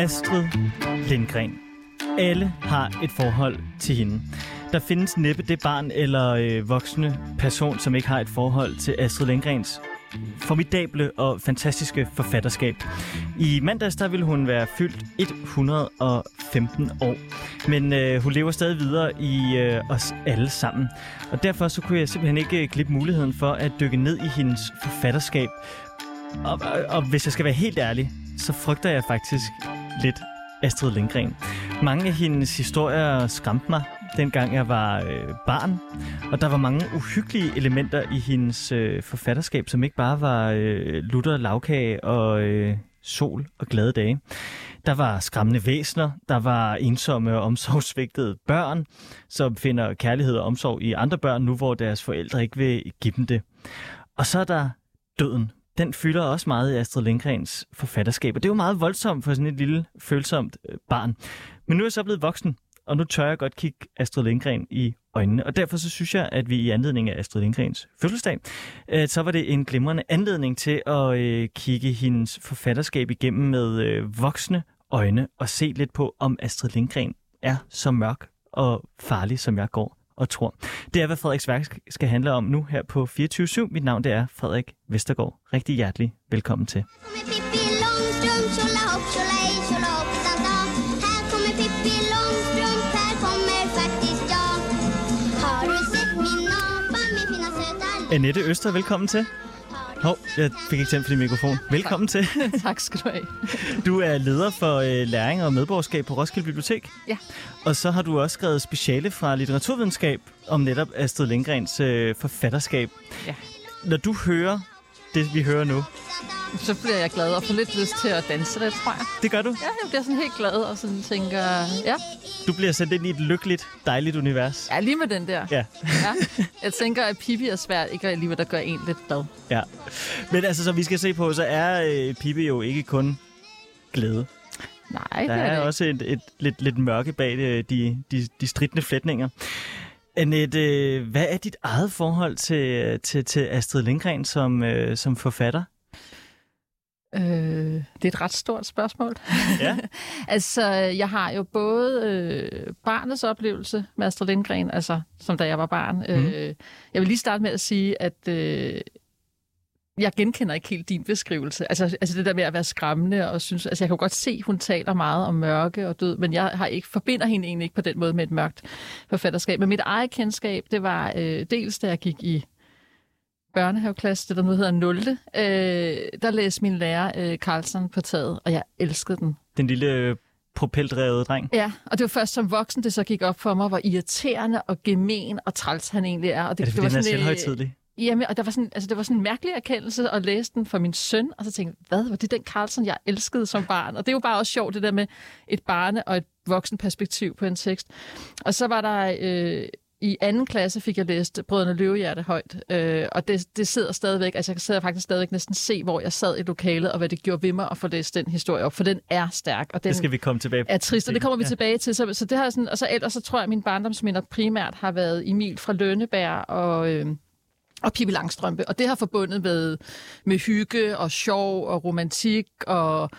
Astrid Lindgren. Alle har et forhold til hende. Der findes næppe det barn eller voksne person, som ikke har et forhold til Astrid Lindgrens formidable og fantastiske forfatterskab. I mandags der ville hun være fyldt 115 år, men hun lever stadig videre i os alle sammen. Og derfor så kunne jeg simpelthen ikke glippe muligheden for at dykke ned i hendes forfatterskab. Og hvis jeg skal være helt ærlig, så frygter jeg faktisk lidt Astrid Lindgren. Mange af hendes historier skræmte mig, dengang jeg var barn. Og der var mange uhyggelige elementer i hendes forfatterskab, som ikke bare var lutter, lagkage og sol og glade dage. Der var skræmmende væsener, der var ensomme og omsorgsvigtede børn, som finder kærlighed og omsorg i andre børn, nu hvor deres forældre ikke vil give dem det. Og så er der døden. Den fylder også meget i Astrid Lindgrens forfatterskab, og det er jo meget voldsomt for sådan et lille, følsomt barn. Men nu er jeg så blevet voksen, og nu tør jeg godt kigge Astrid Lindgren i øjnene. Og derfor så synes jeg, at vi i anledning af Astrid Lindgrens fødselsdag, så var det en glimrende anledning til at kigge hendes forfatterskab igennem med voksne øjne og se lidt på, om Astrid Lindgren er så mørk og farlig, som jeg går og tror. Det er, hvad Frederiks værk skal handle om nu her på 24/7. Mit navn det er Frederik Vestergaard. Rigtig hjertelig velkommen til. Annette Øster, velkommen til. Jeg fik ikke tændt for din mikrofon. Velkommen til. Tak skal du have. Du er leder for læring og medborgerskab på Roskilde Bibliotek. Ja. Og så har du også skrevet speciale fra litteraturvidenskab om netop Astrid Lindgrens forfatterskab. Ja. Når du hører det, vi hører nu, så bliver jeg glad og får lidt lyst til at danse det, tror jeg. Det gør du? Ja, jeg bliver sådan helt glad og sådan tænker, ja. Du bliver sendt ind i et lykkeligt, dejligt univers. Ja, lige med den der. Ja. Ja. Jeg tænker, at Pippi er svært, ikke alligevel, der gør en lidt glad. Ja. Men altså, som vi skal se på, så er Pippi jo ikke kun glæde. Nej, der er også et lidt mørke bag de stridende fletninger. Annette, hvad er dit eget forhold til Astrid Lindgren som forfatter? Det er et ret stort spørgsmål. Ja. Altså, jeg har jo både barnets oplevelse med Astrid Lindgren, altså som da jeg var barn. Jeg vil lige starte med at sige, at jeg genkender ikke helt din beskrivelse. Altså det der med at være skræmmende og synes, altså jeg kan godt se, at hun taler meget om mørke og død, men jeg forbinder hende egentlig ikke på den måde med et mørkt forfatterskab. Men mit eget kendskab, det var dels da jeg gik i børnehaveklasse, det der nu hedder 0. Der læste min lærer Carlsen på taget, og jeg elskede den. Den lille propeldrevede dreng. Ja, og det var først som voksen, det så gik op for mig, hvor irriterende og gemen og træls han egentlig er. Og det fordi, den er selvhøjtidlig? Jamen, og det var sådan en mærkelig erkendelse at læse den for min søn, og så tænkte jeg, hvad var det den Carlsen, jeg elskede som barn? Og det er jo bare også sjovt, det der med et barne- og et voksenperspektiv på en tekst. Og så var der i 2. klasse fik jeg læst Brødrene Løvehjerte højt, og det sidder stadigvæk, altså jeg kan faktisk stadigvæk næsten se, hvor jeg sad i lokalet, og hvad det gjorde ved mig at få læst den historie op, for den er stærk. Og den det skal vi komme tilbage er trist, og det kommer vi tilbage til. Så det har sådan, og så ellers så tror jeg, at mine barndomsminder primært har været Emil fra Lønneberg og Pippi Langstrømpe, og det har forbundet med hygge og sjov og romantik og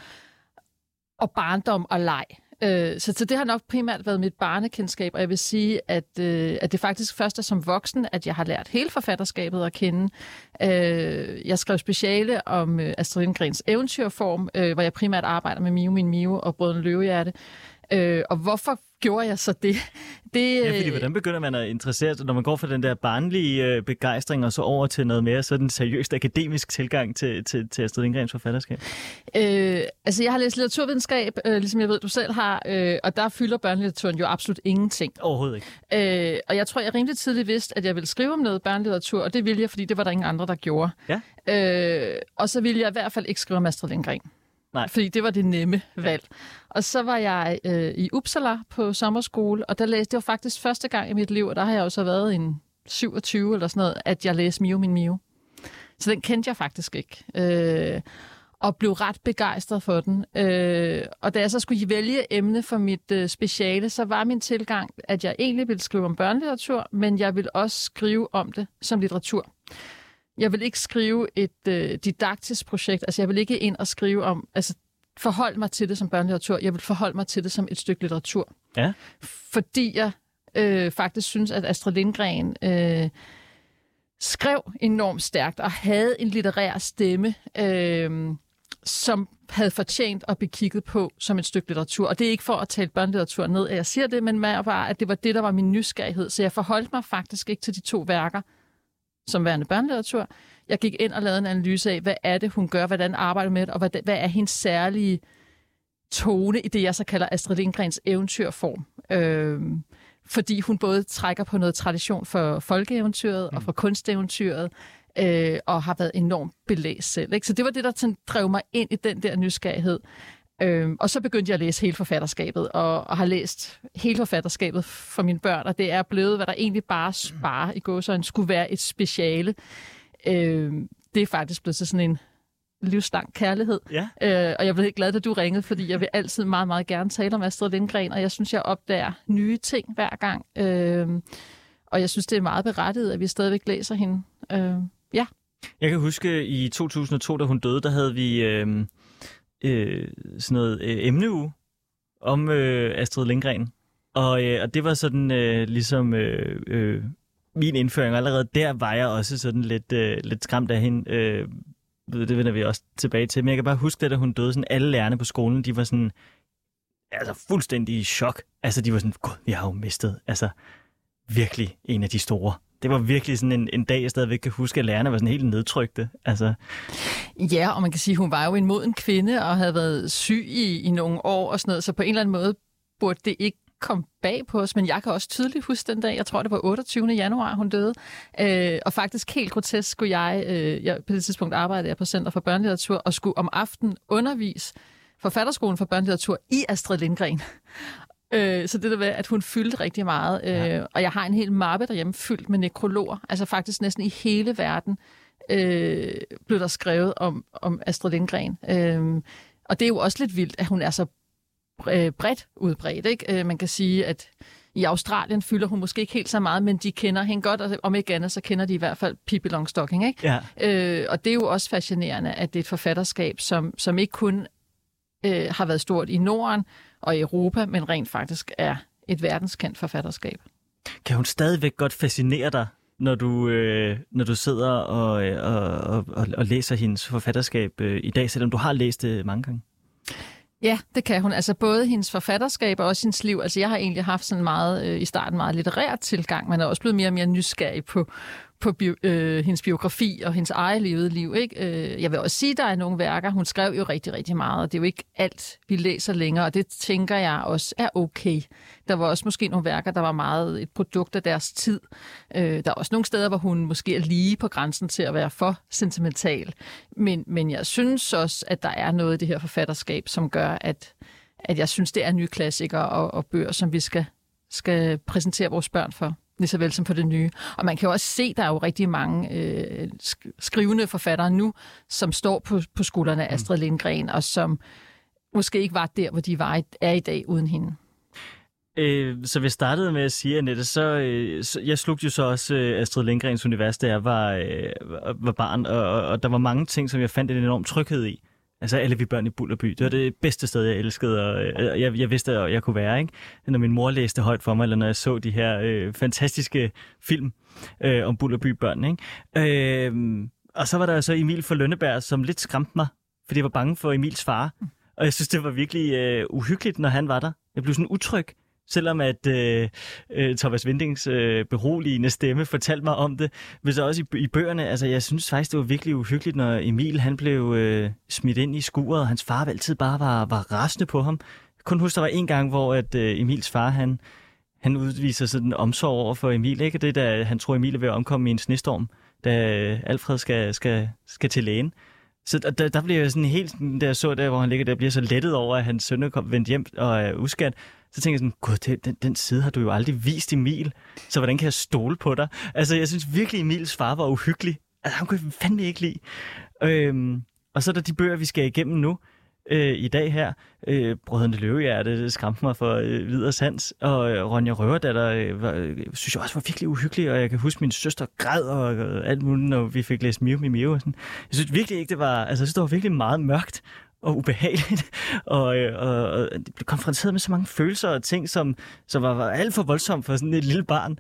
barndom og leg. Så det har nok primært været mit barnekendskab, og jeg vil sige, at det faktisk først er som voksen, at jeg har lært hele forfatterskabet at kende. Jeg skrev speciale om Astrid Lindgrens eventyrform, hvor jeg primært arbejder med Mio, min Mio og Brødrene Løvehjerte. Og hvorfor gjorde jeg så det? Ja, fordi hvordan begynder man at interessere sig, når man går fra den der barnlige begejstring og så over til noget mere sådan seriøst akademisk tilgang til Astrid Lindgrens forfatterskab? Altså, jeg har læst litteraturvidenskab, ligesom jeg ved, du selv har, og der fylder børnelitteraturen jo absolut ingenting. Overhovedet ikke. Og jeg tror, jeg rimelig tidligt vidste, at jeg ville skrive om noget børnelitteratur, og det ville jeg, fordi det var der ingen andre, der gjorde. Ja. Og så ville jeg i hvert fald ikke skrive om Astrid Lindgren. Nej. Fordi det var det nemme valg. Og så var jeg i Uppsala på sommerskole, og der læste jeg faktisk første gang i mit liv, og der har jeg jo så været en 27 eller sådan noget, at jeg læste Mio, min Mio. Så den kendte jeg faktisk ikke. Og blev ret begejstret for den. Og da jeg så skulle vælge emne for mit speciale, så var min tilgang, at jeg egentlig ville skrive om børnelitteratur, men jeg ville også skrive om det som litteratur. Jeg vil ikke skrive et didaktisk projekt, altså jeg vil ikke ind og skrive om, altså forholde mig til det som børnelitteratur. Jeg vil forholde mig til det som et stykke litteratur. Ja. Fordi jeg faktisk synes, at Astrid Lindgren skrev enormt stærkt og havde en litterær stemme, som havde fortjent at blive kigget på som et stykke litteratur. Og det er ikke for at tale børnelitteratur ned, at jeg siger det, men bare, at det var det, der var min nysgerrighed. Så jeg forholdt mig faktisk ikke til de 2 værker som værende børnelitteratur. Jeg gik ind og lavede en analyse af, hvad er det, hun gør, hvordan arbejder med det, og hvad er hendes særlige tone i det, jeg så kalder Astrid Lindgrens eventyrform. Fordi hun både trækker på noget tradition for folkeeventyret og for kunsteventyret, og har været enormt belæst selv. Ikke? Så det var det, der drev mig ind i den der nysgerrighed. Og så begyndte jeg at læse hele forfatterskabet, og har læst hele forfatterskabet for mine børn, og det er blevet, hvad der egentlig bare i gåseøjne skulle være et speciale. Det er faktisk blevet til sådan en livslang kærlighed. Ja. Og jeg blev helt glad, da du ringede, fordi jeg vil altid meget, meget gerne tale om Astrid Lindgren, og jeg synes, jeg opdager nye ting hver gang. Og jeg synes, det er meget berettiget, at vi stadigvæk læser hende. Ja. Jeg kan huske, i 2002, da hun døde, der havde vi sådan noget emneuge om Astrid Lindgren. Og det var sådan ligesom min indføring. Allerede der var jeg også sådan lidt skræmt af hende. Det vender vi også tilbage til. Men jeg kan bare huske det, da hun døde. Sådan alle lærerne på skolen, de var sådan fuldstændig i chok. Altså, de var sådan, gud, vi har jo mistet. Altså, virkelig en af de store. Det var virkelig sådan en dag, jeg stadigvæk kan huske, at lærerne var sådan helt nedtrykte. Altså. Ja, og man kan sige, at hun var jo en moden kvinde og havde været syg i nogle år og sådan noget, så på en eller anden måde burde det ikke komme bag på os, men jeg kan også tydeligt huske den dag, jeg tror det var 28. januar, hun døde, og faktisk helt grotesk skulle jeg på det tidspunkt arbejdede jeg på Center for Børnelitteratur, og skulle om aftenen undervise Forfatterskolen for Børnelitteratur i Astrid Lindgren. Så det der med, at hun fyldte rigtig meget. Og jeg har en hel mappe derhjemme fyldt med nekrologer. Altså faktisk næsten i hele verden blev der skrevet om Astrid Lindgren. Og det er jo også lidt vildt, at hun er så bredt udbredt. Ikke? Man kan sige, at i Australien fylder hun måske ikke helt så meget, men de kender hende godt, og om ikke andet, så kender de i hvert fald Pippi Longstocking. Ikke? Ja. Og det er jo også fascinerende, at det er et forfatterskab, som ikke kun har været stort i Norden og i Europa, men rent faktisk er et verdenskendt forfatterskab. Kan hun stadigvæk godt fascinere dig, når du sidder og læser hendes forfatterskab i dag, selvom du har læst det mange gange? Ja, det kan hun. Altså både hendes forfatterskab og også hendes liv. Altså jeg har egentlig haft sådan meget, i starten meget litterær tilgang, men er også blevet mere og mere nysgerrig på hendes biografi og hendes eget levede liv. Ikke? Jeg vil også sige, at der er nogle værker. Hun skrev jo rigtig, rigtig meget, og det er jo ikke alt, vi læser længere, og det tænker jeg også er okay. Der var også måske nogle værker, der var meget et produkt af deres tid. Der er også nogle steder, hvor hun måske er lige på grænsen til at være for sentimental. Men jeg synes også, at der er noget i det her forfatterskab, som gør, at jeg synes, det er nye klassikere og bøger, som vi skal præsentere vores børn for. Lige så vel som for det nye. Og man kan jo også se, at der er jo rigtig mange skrivende forfattere nu, som står på skuldrene af Astrid Lindgren, og som måske ikke var der, hvor de er i dag uden hende. Så vi startede med at sige, Annette, så jeg slugte jo så også Astrid Lindgrens univers, da jeg var barn, og der var mange ting, som jeg fandt en enorm tryghed i. Altså alle vi børn i Bulderby. Det var det bedste sted, jeg elskede, og jeg vidste, at jeg kunne være, ikke? Når min mor læste højt for mig, eller når jeg så de her fantastiske film om Bulderby-børn, ikke? Og så var der så Emil fra Lønneberg, som lidt skræmte mig, fordi jeg var bange for Emils far. Og jeg synes, det var virkelig uhyggeligt, når han var der. Jeg blev sådan utryg, selvom at Thomas Windings beroligende stemme fortalte mig om det. Men så også i bøgerne, altså jeg synes faktisk, det var virkelig uhyggeligt, når Emil han blev smidt ind i skuret, og hans far altid bare var rasende på ham. Jeg kun huske, der var en gang, hvor at Emils far, han udviser sådan en omsorg over for Emil, ikke? Det da han tror, Emil er ved at omkomme i en snestorm, da Alfred skal til lægen. Så der bliver jeg sådan helt, da jeg så der, hvor han ligger der, bliver så lettet over, at hans søn er vendt hjem og er uskat. Så tænker jeg sådan, gud, den side har du jo aldrig vist Emil, så hvordan kan jeg stole på dig? Altså, jeg synes virkelig, Emils far var uhyggelig. Altså, han kunne jeg fandme ikke lide. Og så er der de bøger, vi skal igennem nu, i dag her. Brødrene Løvehjerte, det skræmte mig for videre sans, og Ronja Røverdatter synes jeg også var virkelig uhyggelig, og jeg kan huske, min søster græd og alt muligt, når vi fik læst Miu. Og sådan. Jeg synes virkelig ikke, det var, altså jeg synes, det var virkelig meget mørkt, og ubehageligt, og det blev konfronteret med så mange følelser og ting, som var alt for voldsomt for sådan et lille barn.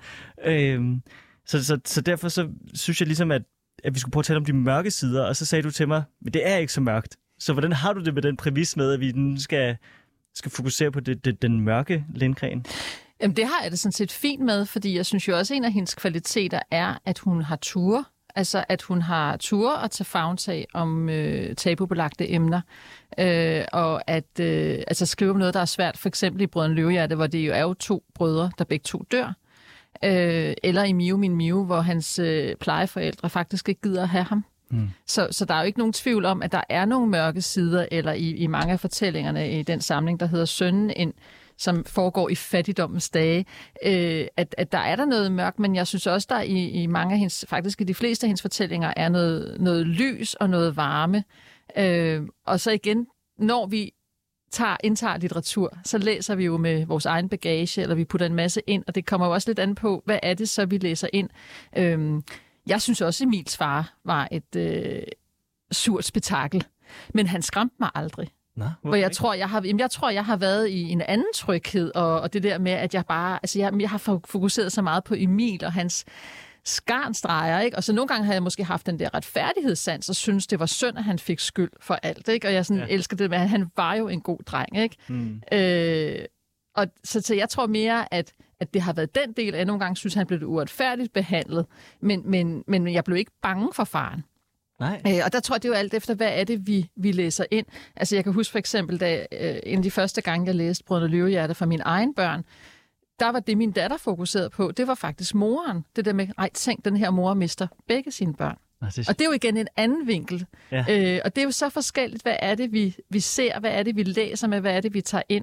Så derfor så synes jeg ligesom, at vi skulle prøve at tale om de mørke sider, og så sagde du til mig, men det er ikke så mørkt. Så hvordan har du det med den præmis med, at vi nu skal fokusere på den mørke Lindgren? Jamen, det har jeg det sådan set fint med, fordi jeg synes jo også, at en af hendes kvaliteter er, at hun har ture. Altså, at hun har ture at tage favntag om tabubelagte emner, og at skrive om noget, der er svært. For eksempel i Brødrene Løvehjerte, hvor det jo er 2 brødre, der begge 2 dør. Eller i Mio, min Mio, hvor hans plejeforældre faktisk ikke gider at have ham. Så der er jo ikke nogen tvivl om, at der er nogle mørke sider, eller i mange af fortællingerne i den samling, der hedder Sønnen ind, som foregår i fattigdommens dage, at der er der noget mørkt, men jeg synes også, der i mange af hendes, faktisk i de fleste af hendes fortællinger, er noget lys og noget varme. Og så igen, når vi indtager litteratur, så læser vi jo med vores egen bagage, eller vi putter en masse ind, og det kommer jo også lidt an på, hvad er det så, vi læser ind. Jeg synes også, Emils far var et surt spektakel, men han skræmte mig aldrig. Hvor jeg tror, jeg har været i en anden tryghed, og det der med, at jeg bare, altså jeg har fokuseret så meget på Emil og hans skarnstreger, ikke? Og så nogle gange har jeg måske haft den der retfærdighedssans, og synes det var synd, at han fik skyld for alt, ikke? Og jeg elsker det med, at han var jo en god dreng, ikke? Og så jeg tror mere, at det har været den del, at jeg nogle gange synes, at han blev uretfærdigt behandlet, men jeg blev ikke bange for faren. Nej. Og der tror jeg, det er jo alt efter, hvad er det, vi læser ind. Altså jeg kan huske for eksempel, da en af de første gange, jeg læste Brødrene Løvehjerte for mine egne børn, der var det, min datter fokuserede på, det var faktisk moren. Det der med, tænk, den her mor mister begge sine børn. Og det er jo igen en anden vinkel. Ja. Og det er jo så forskelligt, hvad er det, vi ser, hvad er det, vi læser med, hvad er det, vi tager ind.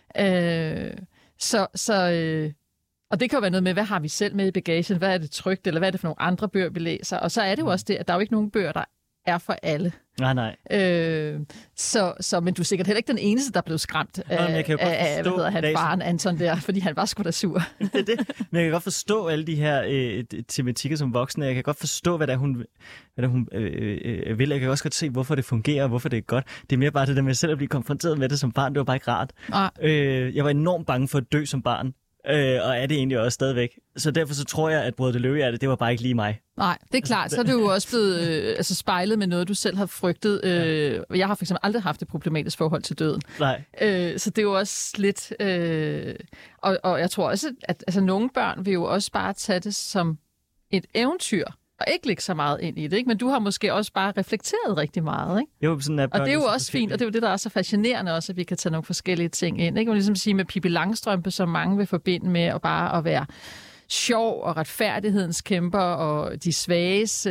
Og det kan jo være noget med, hvad har vi selv med i bagagen, hvad er det trygt, eller hvad er det for nogle andre bøger, vi læser. Og så er det jo også det, at der er jo ikke nogen bøger, der er for alle. Nej. Men du er sikkert heller ikke den eneste, der blev skræmt af faren Anton der, fordi han var sgu da sur. det. Men jeg kan godt forstå alle de her tematikker som voksne. Jeg kan godt forstå, hvad hun vil. Jeg kan også godt se, hvorfor det fungerer, og hvorfor det er godt. Det er mere bare det der med selv at blive konfronteret med det som barn. Det var bare ikke rart. Jeg var enormt bange for at dø som barn. Og er det egentlig også stadigvæk. Så derfor så tror jeg, at Brødrene Løvehjerte, det var bare ikke lige mig. Nej, det er klart. Så er du jo også blevet spejlet med noget, du selv har frygtet. Jeg har for eksempel aldrig haft et problematisk forhold til døden. Nej. Så det er jo også lidt... Og jeg tror også, at nogle børn vil jo også bare tage det som et eventyr, og ikke lægge så meget ind i det, ikke? Men du har måske også bare reflekteret rigtig meget, ikke? Jo, sådan er og det er jo også fint, og det er jo det, der er så fascinerende også, at vi kan tage nogle forskellige ting ind, ikke? Og ligesom sige med Pippi Langstrømpe, som mange vil forbinde med at være sjov og retfærdighedens kæmper og de svages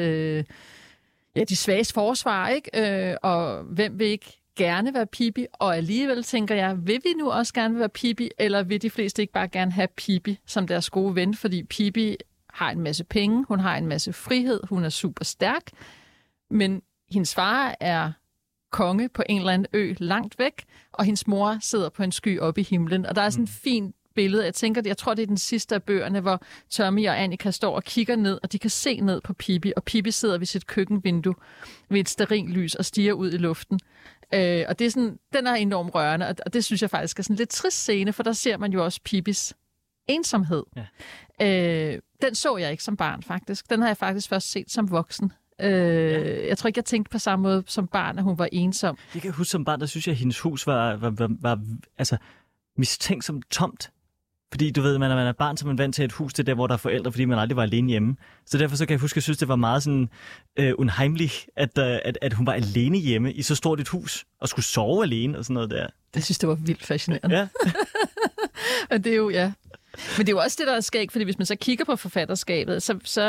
forsvar, ikke? Og hvem vil ikke gerne være Pippi? Og alligevel tænker jeg, vil vi nu også gerne være Pippi, eller vil de fleste ikke bare gerne have Pippi som deres gode ven, fordi Pippi har en masse penge, hun har en masse frihed, hun er super stærk, men hendes far er konge på en eller anden ø langt væk, og hendes mor sidder på en sky oppe i himlen. Og der er sådan et fint billede, jeg tror, det er den sidste af bøgerne, hvor Tommy og Annika står og kigger ned, og de kan se ned på Pippi, og Pippi sidder ved sit køkkenvindue ved et stearinlys og stiger ud i luften. Og det er sådan, den er enormt rørende, og det synes jeg faktisk er sådan en lidt trist scene, for der ser man jo også Pippis ensomhed. Ja. Den så jeg ikke som barn, faktisk. Den har jeg faktisk først set som voksen. Jeg tror ikke, jeg tænkte på samme måde som barn, at hun var ensom. Jeg kan huske som barn, der synes jeg, at hendes hus var altså, mistænksomt tomt. Fordi du ved, man er barn, så man vant til et hus til der, hvor der er forældre, fordi man aldrig var alene hjemme. Så derfor så kan jeg huske, at jeg synes, det var meget sådan unheimlich, at hun var alene hjemme i så stort et hus, og skulle sove alene og sådan noget der. Det synes jeg var vildt fascinerende. Ja. Og det er jo, ja. Men det er jo også det, der er skægt, fordi hvis man så kigger på forfatterskabet,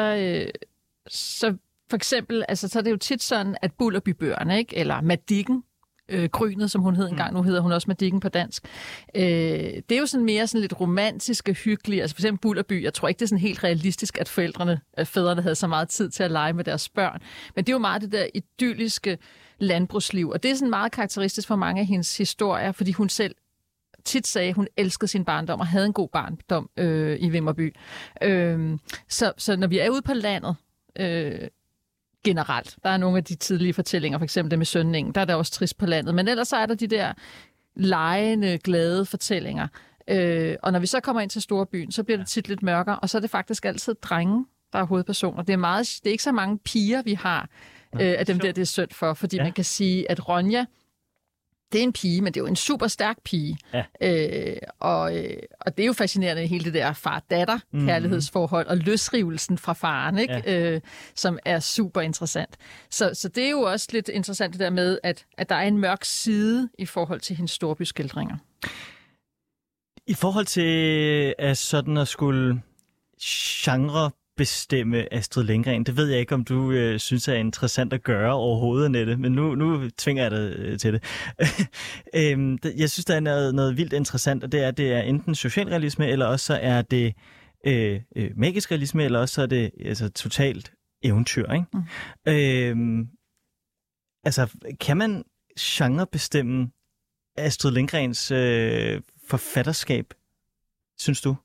så for eksempel, altså, så er det jo tit sådan, at Bulderby-bøgerne, ikke? Eller Madicken, Grynet, som hun hed engang, nu hedder hun også Madicken på dansk. Det er jo sådan mere sådan lidt romantiske, hyggelige. Altså for eksempel Bulderby, jeg tror ikke, det er sådan helt realistisk, at fædrene havde så meget tid til at lege med deres børn. Men det er jo meget det der idylliske landbrugsliv, og det er sådan meget karakteristisk for mange af hendes historier, fordi hun selv tit sagde, at hun elskede sin barndom og havde en god barndom i Vimmerby. Så når vi er ude på landet, generelt. Der er nogle af de tidlige fortællinger, for eksempel det med Sønningen, der er der også trist på landet. Men ellers så er der de der legende, glade fortællinger. Og når vi så kommer ind til storbyen, så bliver det tit lidt mørkere, og så er det faktisk altid drenge, der er hovedpersoner. Det er ikke så mange piger, vi har af dem der, det er synd for, fordi man kan sige, at Ronja, det er en pige, men det er jo en super stærk pige. Ja. Og det er jo fascinerende, hele det der far-datter kærlighedsforhold og løsrivelsen fra faren, ikke? Ja. Som er super interessant. Så det er jo også lidt interessant det der med, at der er en mørk side i forhold til hendes storbyskildringer. I forhold til sådan at skulle genrebestemme Astrid Lindgren, det ved jeg ikke, om du synes er interessant at gøre overhovedet, Annette, men nu tvinger jeg dig til det. Jeg synes, der er noget vildt interessant, og det er enten socialrealisme, eller også så er det magisk realisme, eller også så er det altså totalt eventyr, ikke? Altså, kan man genrebestemme Astrid Lindgrens forfatterskab, synes du?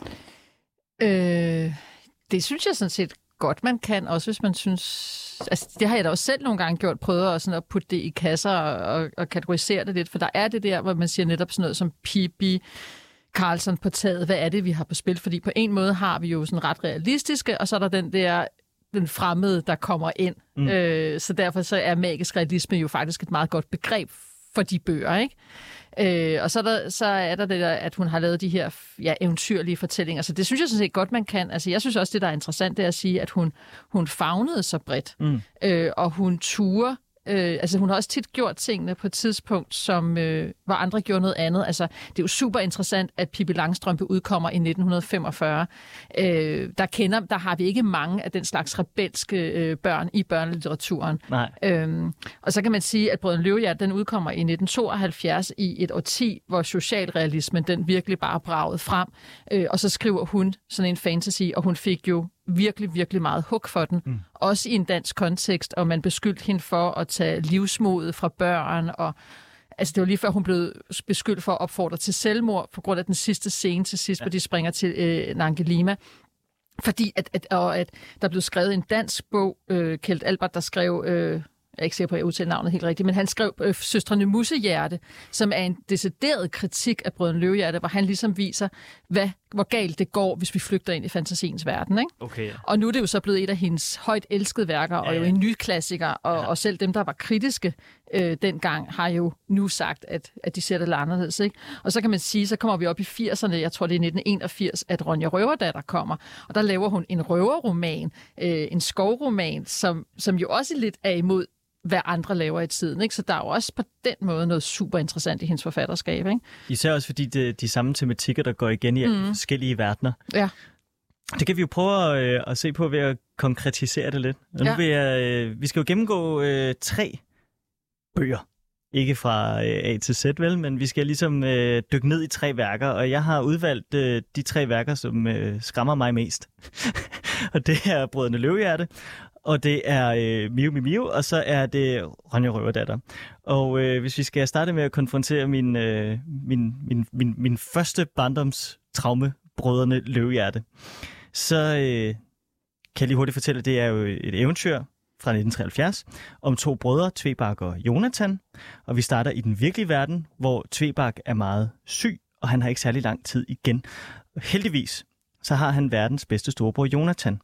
Det synes jeg sådan set godt, man kan, også hvis man synes... Altså, det har jeg da også selv nogle gange gjort, prøvet at putte det i kasser og kategorisere det lidt, for der er det der, hvor man siger netop sådan noget som Pippi, Karlsson på taget, hvad er det, vi har på spil? Fordi på en måde har vi jo sådan ret realistiske, og så er der den fremmede, der kommer ind. Så derfor så er magisk realisme jo faktisk et meget godt begreb for de bøger, ikke? Og så er der det der, at hun har lavet de her eventyrlige fortællinger. Så det synes jeg sådan set godt, man kan. Altså, jeg synes også, det der er interessant, det er at sige, at hun favnede så bredt. Og hun turde. Altså, hun har også tit gjort tingene på et tidspunkt, hvor andre gjorde noget andet. Altså, det er jo super interessant, at Pippi Langstrømpe udkommer i 1945. Der har vi ikke mange af den slags rebelske børn i børnelitteraturen. Og så kan man sige, at Brødrene Løvehjerte, den udkommer i 1972 i et årti, hvor socialrealismen, den virkelig bare bragede frem. Og så skriver hun sådan en fantasy, og hun fik jo virkelig, virkelig meget hug for den. Også i en dansk kontekst, og man beskyldte hende for at tage livsmodet fra børn. Og, altså, det var lige før, hun blev beskyldt for at opfordre til selvmord, på grund af den sidste scene til sidst, hvor de springer til Nangelima. Fordi at der blev skrevet en dansk bog, Kjeld Albert, der skrev... jeg er ikke sikker på, at jeg udtaler navnet helt rigtigt, men han skrev Søstrene Mussehjerte, som er en decideret kritik af Brødrene Løvehjerte, hvor han ligesom viser, hvor galt det går, hvis vi flygter ind i fantasiens verden. Ikke? Okay, ja. Og nu er det jo så blevet et af hendes højt elskede værker, og jo en ny klassiker, og selv dem, der var kritiske dengang, har jo nu sagt, at de ser det lidt anderledes. Ikke? Og så kan man sige, så kommer vi op i 80'erne, jeg tror det er 1981, at Ronja Røverdatter kommer, og der laver hun en røverroman, en skovroman, som jo også lidt er imod hvad andre laver i tiden. Ikke? Så der er jo også på den måde noget super interessant i hendes forfatterskab. Ikke? Især også fordi det er de samme tematikker, der går igen i forskellige verdener. Ja. Det kan vi jo prøve at se på ved at konkretisere det lidt. Og nu vi skal jo gennemgå 3 bøger. Ikke fra A til Z, vel, men vi skal ligesom dykke ned i 3 værker, og jeg har udvalgt de 3 værker, som skræmmer mig mest. Og det er Brødrene Løvehjerte, og det er Miu Miu Miu, og så er det Ronja Røverdatter. Og hvis vi skal starte med at konfrontere min første barndomstraume, Brødrene Løvehjerte, så kan jeg lige hurtigt fortælle, at det er jo et eventyr fra 1973 om 2 brødre, Tvebak og Jonathan. Og vi starter i den virkelige verden, hvor Tvebak er meget syg, og han har ikke særlig lang tid igen. Heldigvis så har han verdens bedste storebror, Jonathan.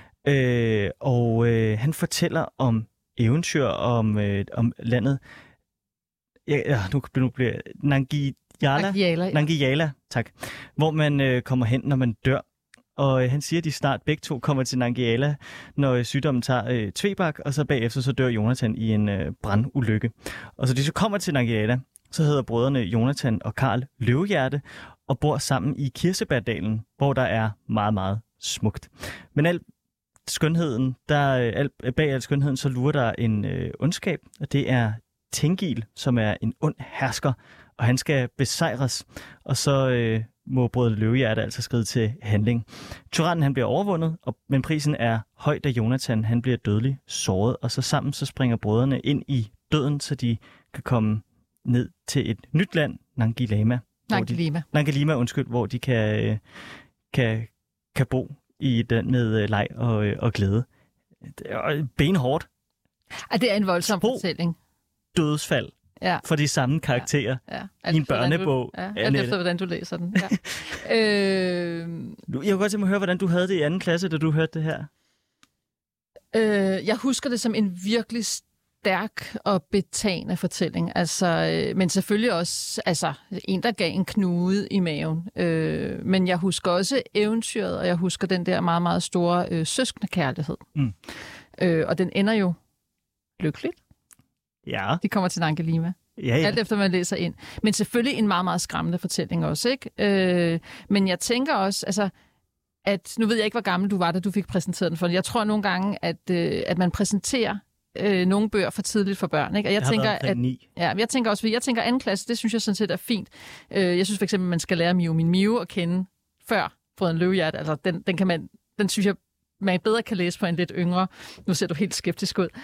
Han fortæller om eventyr, om landet nu bliver Nangijala, tak, hvor man kommer hen, når man dør. Og han siger, at de snart begge 2 kommer til Nangijala, når sygdommen tager Tvebak, og så bagefter så dør Jonathan i en brandulykke. Og så de så kommer til Nangijala, så hedder brødrene Jonathan og Karl Løvehjerte, og bor sammen i Kirsebærdalen, hvor der er meget, meget smukt. Men bag al skønheden, så lurer der en ondskab, og det er Tengil, som er en ond hersker, og han skal besejres, og så må Brødrene Løvehjerte altså skride til handling. Tyrannen han bliver overvundet, men prisen er høj, da Jonathan han bliver dødeligt såret, og så sammen så springer brødrene ind i døden, så de kan komme ned til et nyt land, Nangilima, hvor de kan bo i den med leg og glæde. Det er benhårdt. Det er en voldsom 2 fortælling. dødsfald for de samme karakterer i en børnebog. Alt efter, hvordan du læser den. Ja. Jeg kunne godt tænke mig at høre, hvordan du havde det i 2. klasse, da du hørte det her. Jeg husker det som en virkelig stærk og betagende fortælling. Men selvfølgelig også en, der gav en knude i maven. Men jeg husker også eventyret, og jeg husker den der meget, meget store søskende kærlighed. Og den ender jo lykkeligt. Ja. De kommer til Nangalima. Ja. Alt efter, man læser ind. Men selvfølgelig en meget, meget skræmmende fortælling også, ikke? Men jeg tænker også, at nu ved jeg ikke, hvor gammel du var, da du fik præsenteret den for. Jeg tror nogle gange, at man præsenterer nogle bøger for tidligt for børn, ikke? Og jeg tænker også, jeg tænker 2. klasse, det synes jeg sådan set er fint. Jeg synes for eksempel, man skal lære Miu Min Miu at kende før Brødrene Løvehjerte. Altså, den synes jeg, man bedre kan læse på en lidt yngre. Nu ser du helt skeptisk ud.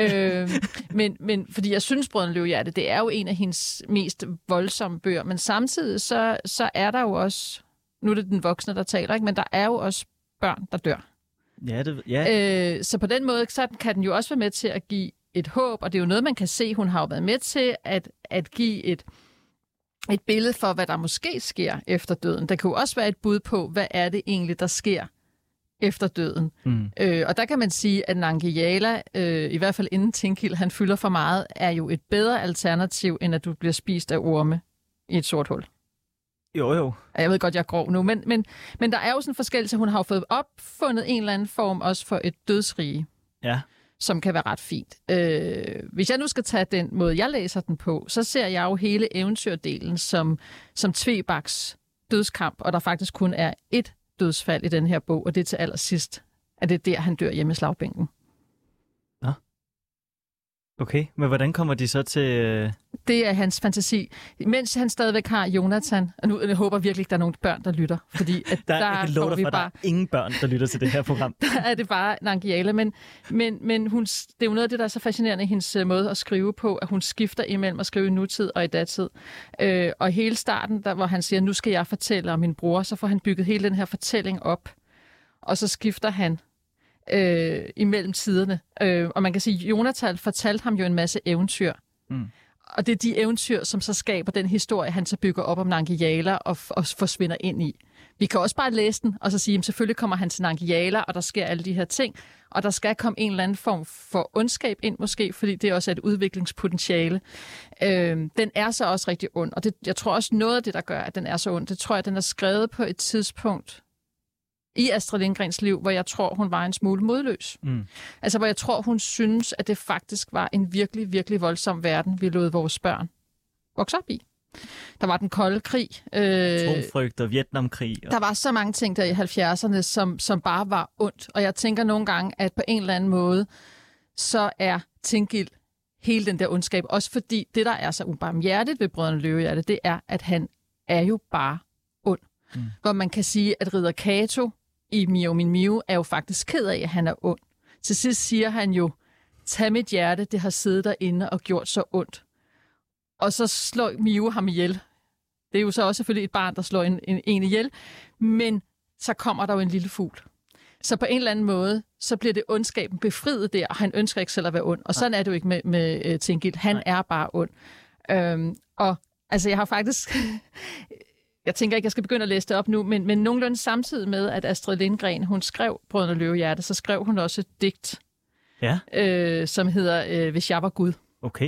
Men fordi jeg synes, Brødrene Løvehjerte, det er jo en af hendes mest voldsomme bøger. Men samtidig så er der jo også, nu er det den voksne, der taler, ikke? Men der er jo også børn, der dør. Så på den måde så kan den jo også være med til at give et håb, og det er jo noget, man kan se. Hun har jo været med til at give et billede for, hvad der måske sker efter døden. Der kan jo også være et bud på, hvad er det egentlig, der sker efter døden. Og der kan man sige, at Nangiala, i hvert fald inden Thingkild, han fylder for meget, er jo et bedre alternativ, end at du bliver spist af orme i et sort hul. Jo. Jeg ved godt, jeg er grov nu, men der er jo sådan en forskel, så hun har jo fået opfundet en eller anden form også for et dødsrige, som kan være ret fint. Hvis jeg nu skal tage den måde, jeg læser den på, så ser jeg jo hele eventyrdelen som Tvebaks dødskamp, og der faktisk kun er ét dødsfald i den her bog, og det er til allersidst, at det er der, han dør hjemme i slagbænken. Nå. Okay, men hvordan kommer de så til... Det er hans fantasi. Mens han stadigvæk har Jonathan, og nu jeg håber virkelig ikke, der er nogen børn, der lytter, fordi at der er ingen børn, der lytter til det her program. Der er det bare Nangiala, men hun, det er jo noget af det, der er så fascinerende i hendes måde at skrive på, at hun skifter imellem at skrive i nutid og i datid. Og hele starten, der, hvor han siger, nu skal jeg fortælle om min bror, så får han bygget hele den her fortælling op, og så skifter han imellem tiderne. Og man kan sige, at Jonathan fortalte ham jo en masse eventyr. Og det er de eventyr, som så skaber den historie, han så bygger op om Nangiala og forsvinder ind i. Vi kan også bare læse den, og så sige, at selvfølgelig kommer han til Nangiala, og der sker alle de her ting, og der skal komme en eller anden form for ondskab ind måske, fordi det også er et udviklingspotentiale. Den er så også rigtig ond, og jeg tror også noget af det, der gør, at den er så ond, det tror jeg, at den er skrevet på et tidspunkt i Astrid Lindgrens liv, hvor jeg tror, hun var en smule modløs. Altså, hvor jeg tror, hun synes, at det faktisk var en virkelig, virkelig voldsom verden, vi lod vores børn vokse op i. Der var den kolde krig. Atomfrygt og Vietnamkrig. Der var så mange ting der i 70'erne, som bare var ondt. Og jeg tænker nogle gange, at på en eller anden måde, så er Thingkild hele den der ondskab. Også fordi det, der er så ubarmhjertigt ved Brødrene Løvehjerte, det er, at han er jo bare ond. Hvor man kan sige, at Ridder Kato i Miu Min Miu er jo faktisk ked af, at han er ond. Til sidst siger han jo, tag mit hjerte, det har siddet derinde og gjort så ondt. Og så slår Miu ham ihjel. Det er jo så også selvfølgelig et barn, der slår en ihjel, men så kommer der jo en lille fugl. Så på en eller anden måde, så bliver det ondskaben befriet der, og han ønsker ikke selv at være ond. Og sådan er det jo ikke med Thingkild. Han er bare ond. Og altså, jeg har faktisk... Jeg tænker ikke, jeg skal begynde at læse det op nu, men nogenlunde samtidig med, at Astrid Lindgren, hun skrev Brødrene Løvehjerte, så skrev hun også et digt, som hedder Hvis jeg var Gud. Okay.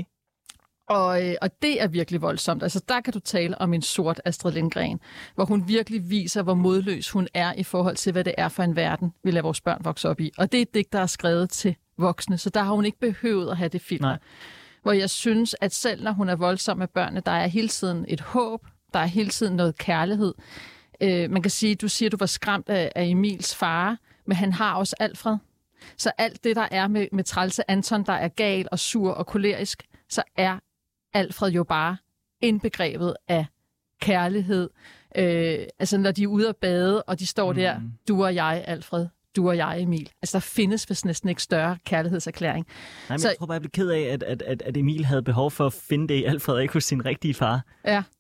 Og det er virkelig voldsomt. Altså, der kan du tale om en sort Astrid Lindgren, hvor hun virkelig viser, hvor modløs hun er i forhold til, hvad det er for en verden, vi lader vores børn vokse op i. Og det er et digt, der er skrevet til voksne, så der har hun ikke behøvet at have det filter. Hvor jeg synes, at selv når hun er voldsom med børnene, der er hele tiden et håb, der er hele tiden noget kærlighed. Man kan sige, du siger, du var skræmt af Emils far, men han har også Alfred. Så alt det, der er med trælse Anton, der er gal og sur og kolerisk, så er Alfred jo bare indbegrebet af kærlighed. Altså når de er ude at bade, og de står der, du og jeg, Alfred, du og jeg, Emil. Altså der findes vist næsten ikke større kærlighedserklæring. Nej, men jeg tror bare, jeg blev ked af, at Emil havde behov for at finde det i Alfred, ikke hos sin rigtige far. Ja.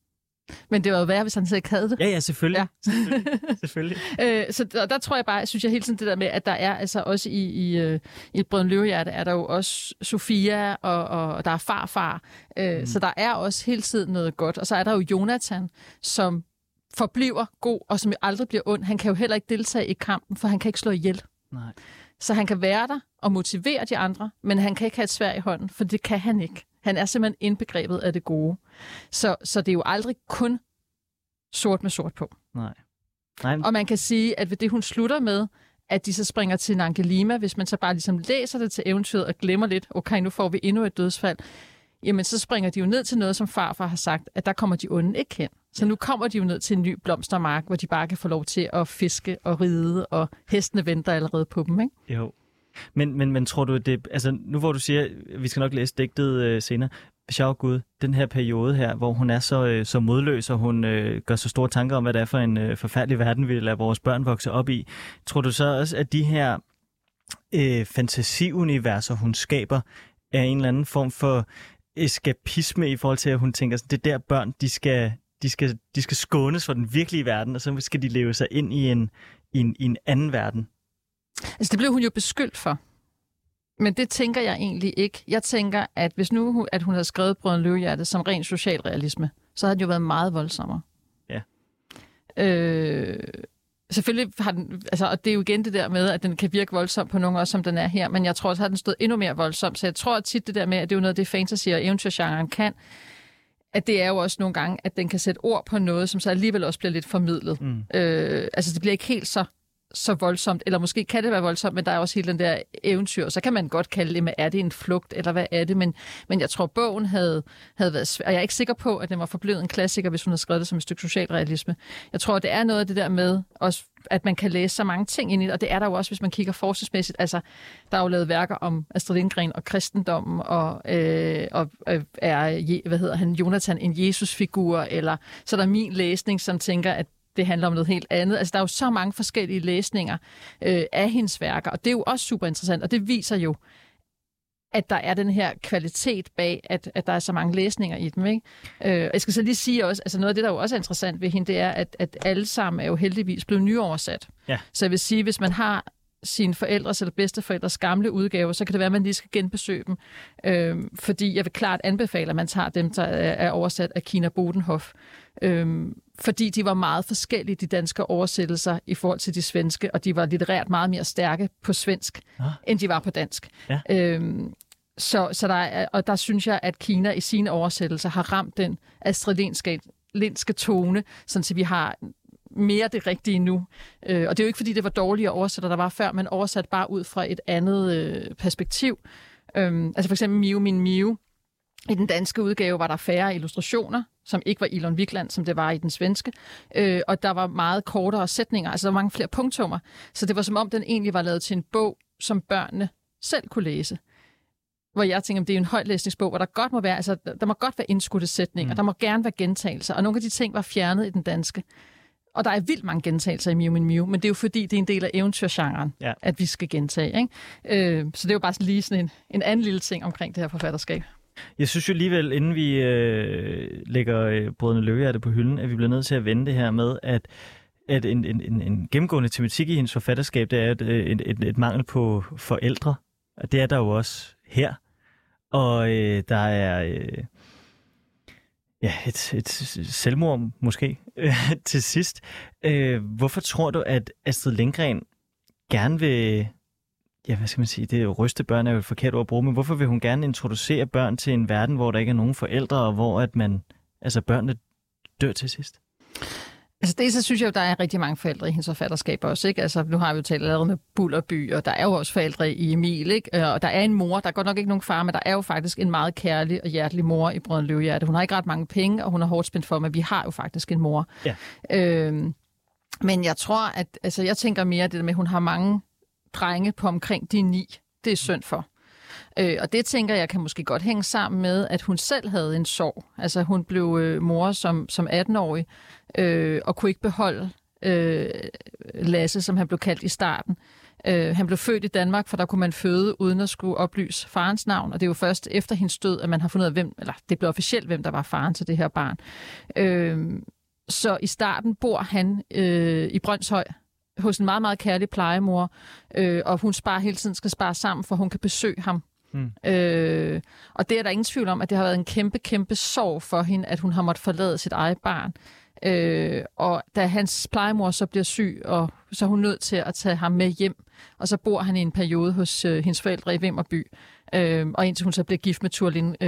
Men det var jo værre, hvis han så ikke havde det. Ja, selvfølgelig. Ja. Selvfølgelig. Så der tror jeg bare, synes jeg hele tiden det der med, at der er altså også i et Brødrene Løvehjerte, er der jo også Sofia, og der er farfar. Så der er også hele tiden noget godt. Og så er der jo Jonathan, som forbliver god, og som aldrig bliver ond. Han kan jo heller ikke deltage i kampen, for han kan ikke slå ihjel. Nej. Så han kan være der og motivere de andre, men han kan ikke have et sværd i hånden, for det kan han ikke. Han er simpelthen indbegrebet af det gode. Så det er jo aldrig kun sort med sort på. Nej. Og man kan sige, at ved det, hun slutter med, at de så springer til Nangelima, hvis man så bare ligesom læser det til eventyret og glemmer lidt, okay, nu får vi endnu et dødsfald, jamen så springer de jo ned til noget, som farfar har sagt, at der kommer de onde ikke hen. Så nu kommer de jo ned til en ny blomstermark, hvor de bare kan få lov til at fiske og ride, og hestene venter allerede på dem, ikke? Jo. Men tror du, det, altså nu hvor du siger, vi skal nok læse digtet senere, Gud, den her periode her, hvor hun er så modløs, og hun gør så store tanker om, hvad det er for en forfærdelig verden, vi lader vores børn vokse op i. Tror du så også, at de her fantasiuniverser, hun skaber, er en eller anden form for eskapisme i forhold til, at hun tænker, det der børn, de skal skånes fra den virkelige verden, og så skal de leve sig ind i en anden verden? Altså, det blev hun jo beskyldt for. Men det tænker jeg egentlig ikke. Jeg tænker, at hvis nu at hun havde skrevet Brødrene Løvehjerte som ren socialrealisme, så havde den jo været meget voldsommere. Ja. Selvfølgelig har den, altså, og det er jo igen det der med, at den kan virke voldsom på nogen også, som den er her, men jeg tror også, at den stod endnu mere voldsom. Så jeg tror tit det der med, at det er jo noget af det fantasy og eventyrgenren kan, at det er jo også nogle gange, at den kan sætte ord på noget, som så alligevel også bliver lidt formidlet. Altså det bliver ikke helt så voldsomt, eller måske kan det være voldsomt, men der er også hele den der eventyr, så kan man godt kalde det, er det en flugt, eller hvad er det, men jeg tror, bogen havde været svær, og jeg er ikke sikker på, at den var forblevet en klassiker, hvis hun havde skrevet det som et stykke socialrealisme. Jeg tror, det er noget af det der med, også, at man kan læse så mange ting ind i det, og det er der jo også, hvis man kigger forskningsmæssigt. Altså, der er jo lavet værker om Astrid Lindgren og kristendommen, og Jonathan en Jesus-figur, eller så er der min læsning, som tænker, at det handler om noget helt andet. Altså, der er jo så mange forskellige læsninger af hendes værker, og det er jo også super interessant, og det viser jo, at der er den her kvalitet bag, at der er så mange læsninger i dem, ikke? Jeg skal så lige sige også, altså noget af det, der jo også er interessant ved hende, det er, at alle sammen er jo heldigvis blevet nyoversat. Ja. Så jeg vil sige, hvis man har sine forældres eller bedsteforældres gamle udgaver, så kan det være, at man lige skal genbesøge dem. Fordi jeg vil klart anbefale, at man tager dem, der er oversat af Kina Bodenhoff. Fordi de var meget forskellige, de danske oversættelser, i forhold til de svenske, og de var litterært meget mere stærke på svensk, end de var på dansk. Ja. Så der synes jeg, at Kina i sine oversættelser har ramt den astrid-lindske tone, sådan så vi har mere det rigtige nu. Og det er jo ikke, fordi det var dårligere oversætter, der var før, men oversat bare ud fra et andet perspektiv. Altså for eksempel Miu Min Miu. I den danske udgave var der færre illustrationer, som ikke var Ilon Wikland, som det var i den svenske. Og der var meget kortere sætninger, altså der var mange flere punktummer. Så det var som om, den egentlig var lavet til en bog, som børnene selv kunne læse. Hvor jeg tænker, det er en højtlæsningsbog, hvor der godt må være, altså der må godt være indskudte sætninger, der må gerne være gentagelser, og nogle af de ting var fjernet i den danske. Og der er vildt mange gentagelser i Miu Min Miu, men det er jo fordi, det er en del af eventyrgenren, at vi skal gentage. Ikke? Så det er jo bare lige sådan en anden lille ting omkring det her forfatterskab. Jeg synes jo alligevel, inden vi lægger Brødrene Løvehjerte på hylden, at vi bliver nødt til at vende det her med, at en gennemgående tematik i hendes forfatterskab, det er et mangel på forældre. Og det er der jo også her. Og der er et selvmord måske til sidst. Hvorfor tror du, at Astrid Lindgren gerne vil... Ja, hvad skal man sige? Det ryste børn er jo et forkert ord at bruge, men hvorfor vil hun gerne introducere børn til en verden, hvor der ikke er nogen forældre, og hvor børnene dør til sidst? Altså det så synes jeg jo, der er rigtig mange forældre i hendes forfatterskab også, ikke? Altså nu har vi jo talt allerede med Bulderby, og der er jo også forældre i Emil, ikke? Og der er en mor, der er godt nok ikke nogen far, men der er jo faktisk en meget kærlig og hjertelig mor i Brødrene Løvehjerte. Hun har ikke ret mange penge, og hun er hårdt spændt for, men vi har jo faktisk en mor. Ja. Men jeg tror, at jeg tænker mere det der med, at hun har mange drenge på omkring de 9. Det er synd for. Og det tænker jeg kan måske godt hænge sammen med, at hun selv havde en sorg. Altså hun blev mor som 18-årig, og kunne ikke beholde Lasse, som han blev kaldt i starten. Han blev født i Danmark, for der kunne man føde uden at skulle oplyse farens navn, og det er jo først efter hendes død, at man har fundet ud af, det blev officielt, hvem der var faren til det her barn. Så i starten bor han i Brønshøj hos en meget, meget kærlig plejemor, og hun hele tiden skal spare sammen, for hun kan besøge ham. Og det er der ingen tvivl om, at det har været en kæmpe, kæmpe sorg for hende, at hun har måttet forlade sit eget barn. Og da hans plejemor så bliver syg, og så er hun nødt til at tage ham med hjem, og så bor han i en periode hos hendes forældre i Vimmerby, og indtil hun så bliver gift med Thor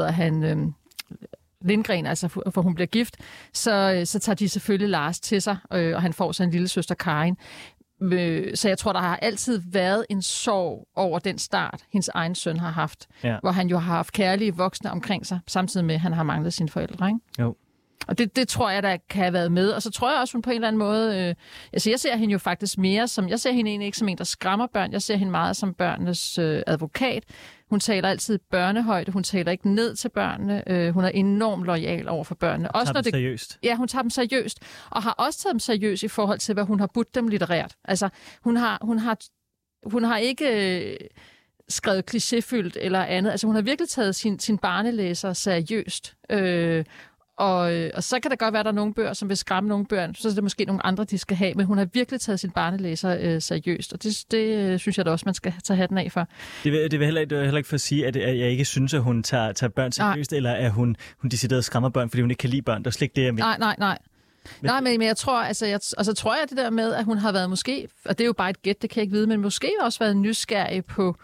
Lindgren, altså for hun bliver gift, så tager de selvfølgelig Lars til sig, og han får så en lille søster Karin. Så jeg tror, der har altid været en sorg over den start, hendes egen søn har haft, hvor han jo har haft kærlige voksne omkring sig, samtidig med, at han har manglet sine forældre, ikke? Jo. Og det tror jeg, der kan have været med. Og så tror jeg også, hun på en eller anden måde... jeg ser hende jo faktisk mere som... Jeg ser hende egentlig ikke som en, der skræmmer børn. Jeg ser hende meget som børnenes advokat. Hun taler altid børnehøjde. Hun taler ikke ned til børnene. Hun er enormt loyal over for børnene. Også tager dem seriøst. Ja, hun tager dem seriøst. Og har også taget dem seriøst i forhold til, hvad hun har budt dem litterært. Altså, hun har ikke... skrevet klichéfyldt eller andet. Altså, hun har virkelig taget sin barnelæser seriøst. Og så kan det godt være, at der er nogle bøger, som vil skræmme nogle børn. Så er det måske nogle andre, de skal have. Men hun har virkelig taget sin barnelæser seriøst. Og det synes jeg da også, man skal tage hatten af for. Det vil heller ikke for at sige, at jeg ikke synes, at hun tager børn seriøst, eller at hun decideret skræmmer børn, fordi hun ikke kan lide børn. Der er slet ikke det, jeg mener. Nej. Nej, men jeg tror, og så tror jeg det der med, at hun har været måske, og det er jo bare et gæt, det kan jeg ikke vide, men måske også været nysgerrig på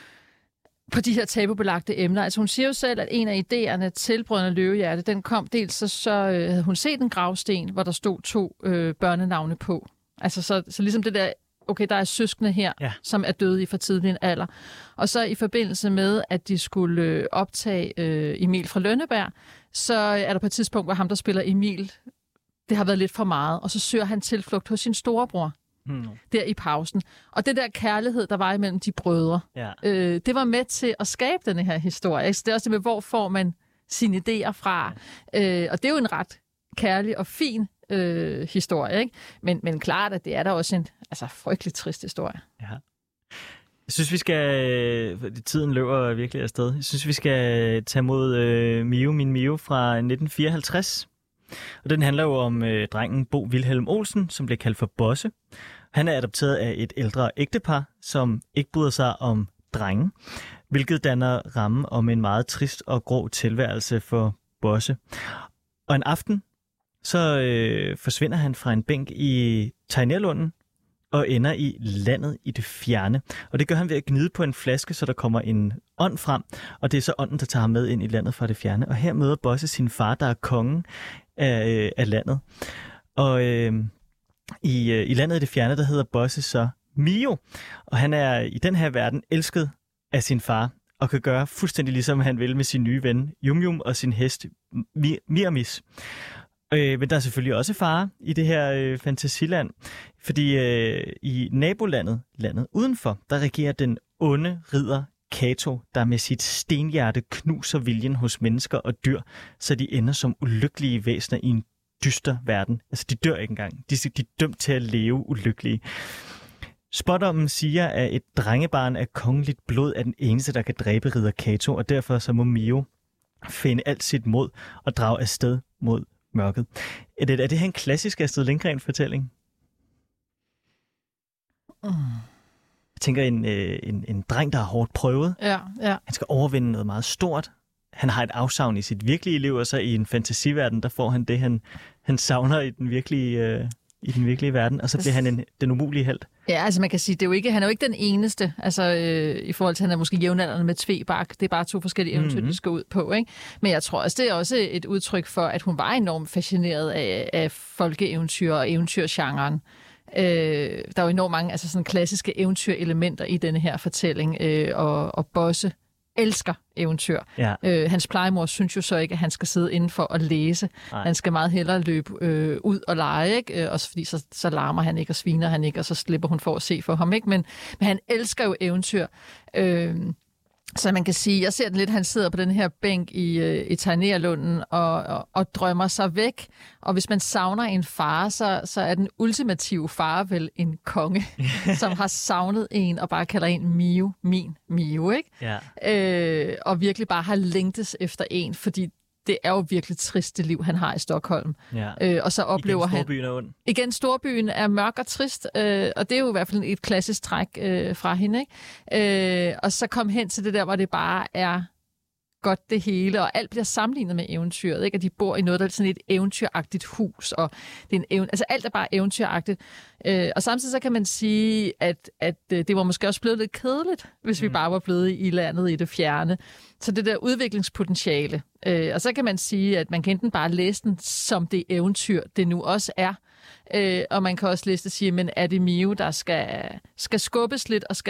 de her tabubelagte emner. Altså hun siger jo selv, at en af idéerne til Brødrene Løvehjerte, den kom dels, så havde hun set en gravsten, hvor der stod 2 børnenavne på. Altså så ligesom det der, okay, der er søskende her, som er døde i for tidlig en alder. Og så i forbindelse med, at de skulle optage Emil fra Lønneberg, så er der på et tidspunkt, hvor ham, der spiller Emil, det har været lidt for meget, og så søger han tilflugt hos sin storebror. Der i pausen. Og det der kærlighed, der var imellem de brødre, det var med til at skabe denne her historie. Så det er også det med, hvor får man sine idéer fra. Og det er jo en ret kærlig og fin historie, ikke? Men klart, at det er da også en frygtelig trist historie. Ja. Jeg synes, vi skal... Tiden løber virkelig afsted. Jeg synes, vi skal tage mod min Mio fra 1954. Og den handler jo om drengen Bo Vilhelm Olsen, som bliver kaldt for Bosse. Han er adopteret af et ældre ægtepar, som ikke bryder sig om drenge, hvilket danner ramme om en meget trist og grå tilværelse for Bosse. Og en aften, så forsvinder han fra en bænk i Tegnerlunden og ender i landet i det fjerne. Og det gør han ved at gnide på en flaske, så der kommer en ånd frem, og det er så ånden, der tager ham med ind i landet fra det fjerne. Og her møder Bosse sin far, der er kongen af landet. Og i landet i det fjerne, der hedder Bosse så Mio. Og han er i den her verden elsket af sin far, og kan gøre fuldstændig ligesom han vil med sin nye ven Yum og sin hest Miramis. Men der er selvfølgelig også fare i det her fantasiland, fordi i nabolandet, landet udenfor, der regerer den onde ridder Kato, der med sit stenhjerte knuser viljen hos mennesker og dyr, så de ender som ulykkelige væsener i en dyster verden. Altså, de dør ikke engang. De er dømt til at leve ulykkelige. Spådommen siger, at et drengebarn af kongeligt blod er den eneste, der kan dræbe ridder Kato, og derfor så må Mio finde alt sit mod og drage afsted mod mørket. Er det her en klassisk Astrid Lindgren-fortælling? Jeg tænker, en dreng, der er hårdt prøvet. Ja. Han skal overvinde noget meget stort. Han har et afsavn i sit virkelige liv, og så i en fantasiverden, der får han det, han savner i den virkelige verden, og så bliver han den umulige helt. Ja, altså man kan sige, han er jo ikke den eneste, altså i forhold til, at han er måske jævnaldrende med Tvebak. Det er bare 2 forskellige eventyr, de skal ud på, ikke? Men jeg tror også, det er også et udtryk for, at hun var enormt fascineret af folkeeventyr og eventyrgenren. Der er jo enormt mange sådan klassiske eventyrelementer i denne her fortælling, og Bosse elsker eventyr. Ja. Hans plejemor synes jo så ikke, at han skal sidde inden for at læse. Nej. Han skal meget hellere løbe ud og lege, ikke? Også fordi så larmer han ikke og sviner han ikke, og så slipper hun for at se for ham, ikke? Men han elsker jo eventyr. Så man kan sige, jeg ser den lidt, han sidder på den her bænk i Tegnerlunden og drømmer sig væk. Og hvis man savner en far, så er den ultimative far vel en konge, som har savnet en og bare kalder en Mio, min Mio, ikke? Ja. Og virkelig bare har længtes efter en, fordi det er jo virkelig trist det liv, han har i Stockholm. Ja. Og så oplever han... Storbyen er ond. Igen, storbyen er mørk og trist, og det er jo i hvert fald et klassisk træk fra hende, ikke? Og så kom hen til det der, hvor det bare er godt det hele, og alt bliver sammenlignet med eventyret, ikke? At de bor i noget, der er sådan et eventyragtigt hus, og det er altså alt er bare eventyragtigt. Og samtidig så kan man sige, at det var måske også blevet lidt kedeligt, hvis vi bare var blevet i landet i det fjerne. Så det der udviklingspotentiale. Og så kan man sige, at man kan enten bare læse den som det eventyr, det nu også er, og man kan også læse det og sige, men er det Mio, der skal skubbes lidt, og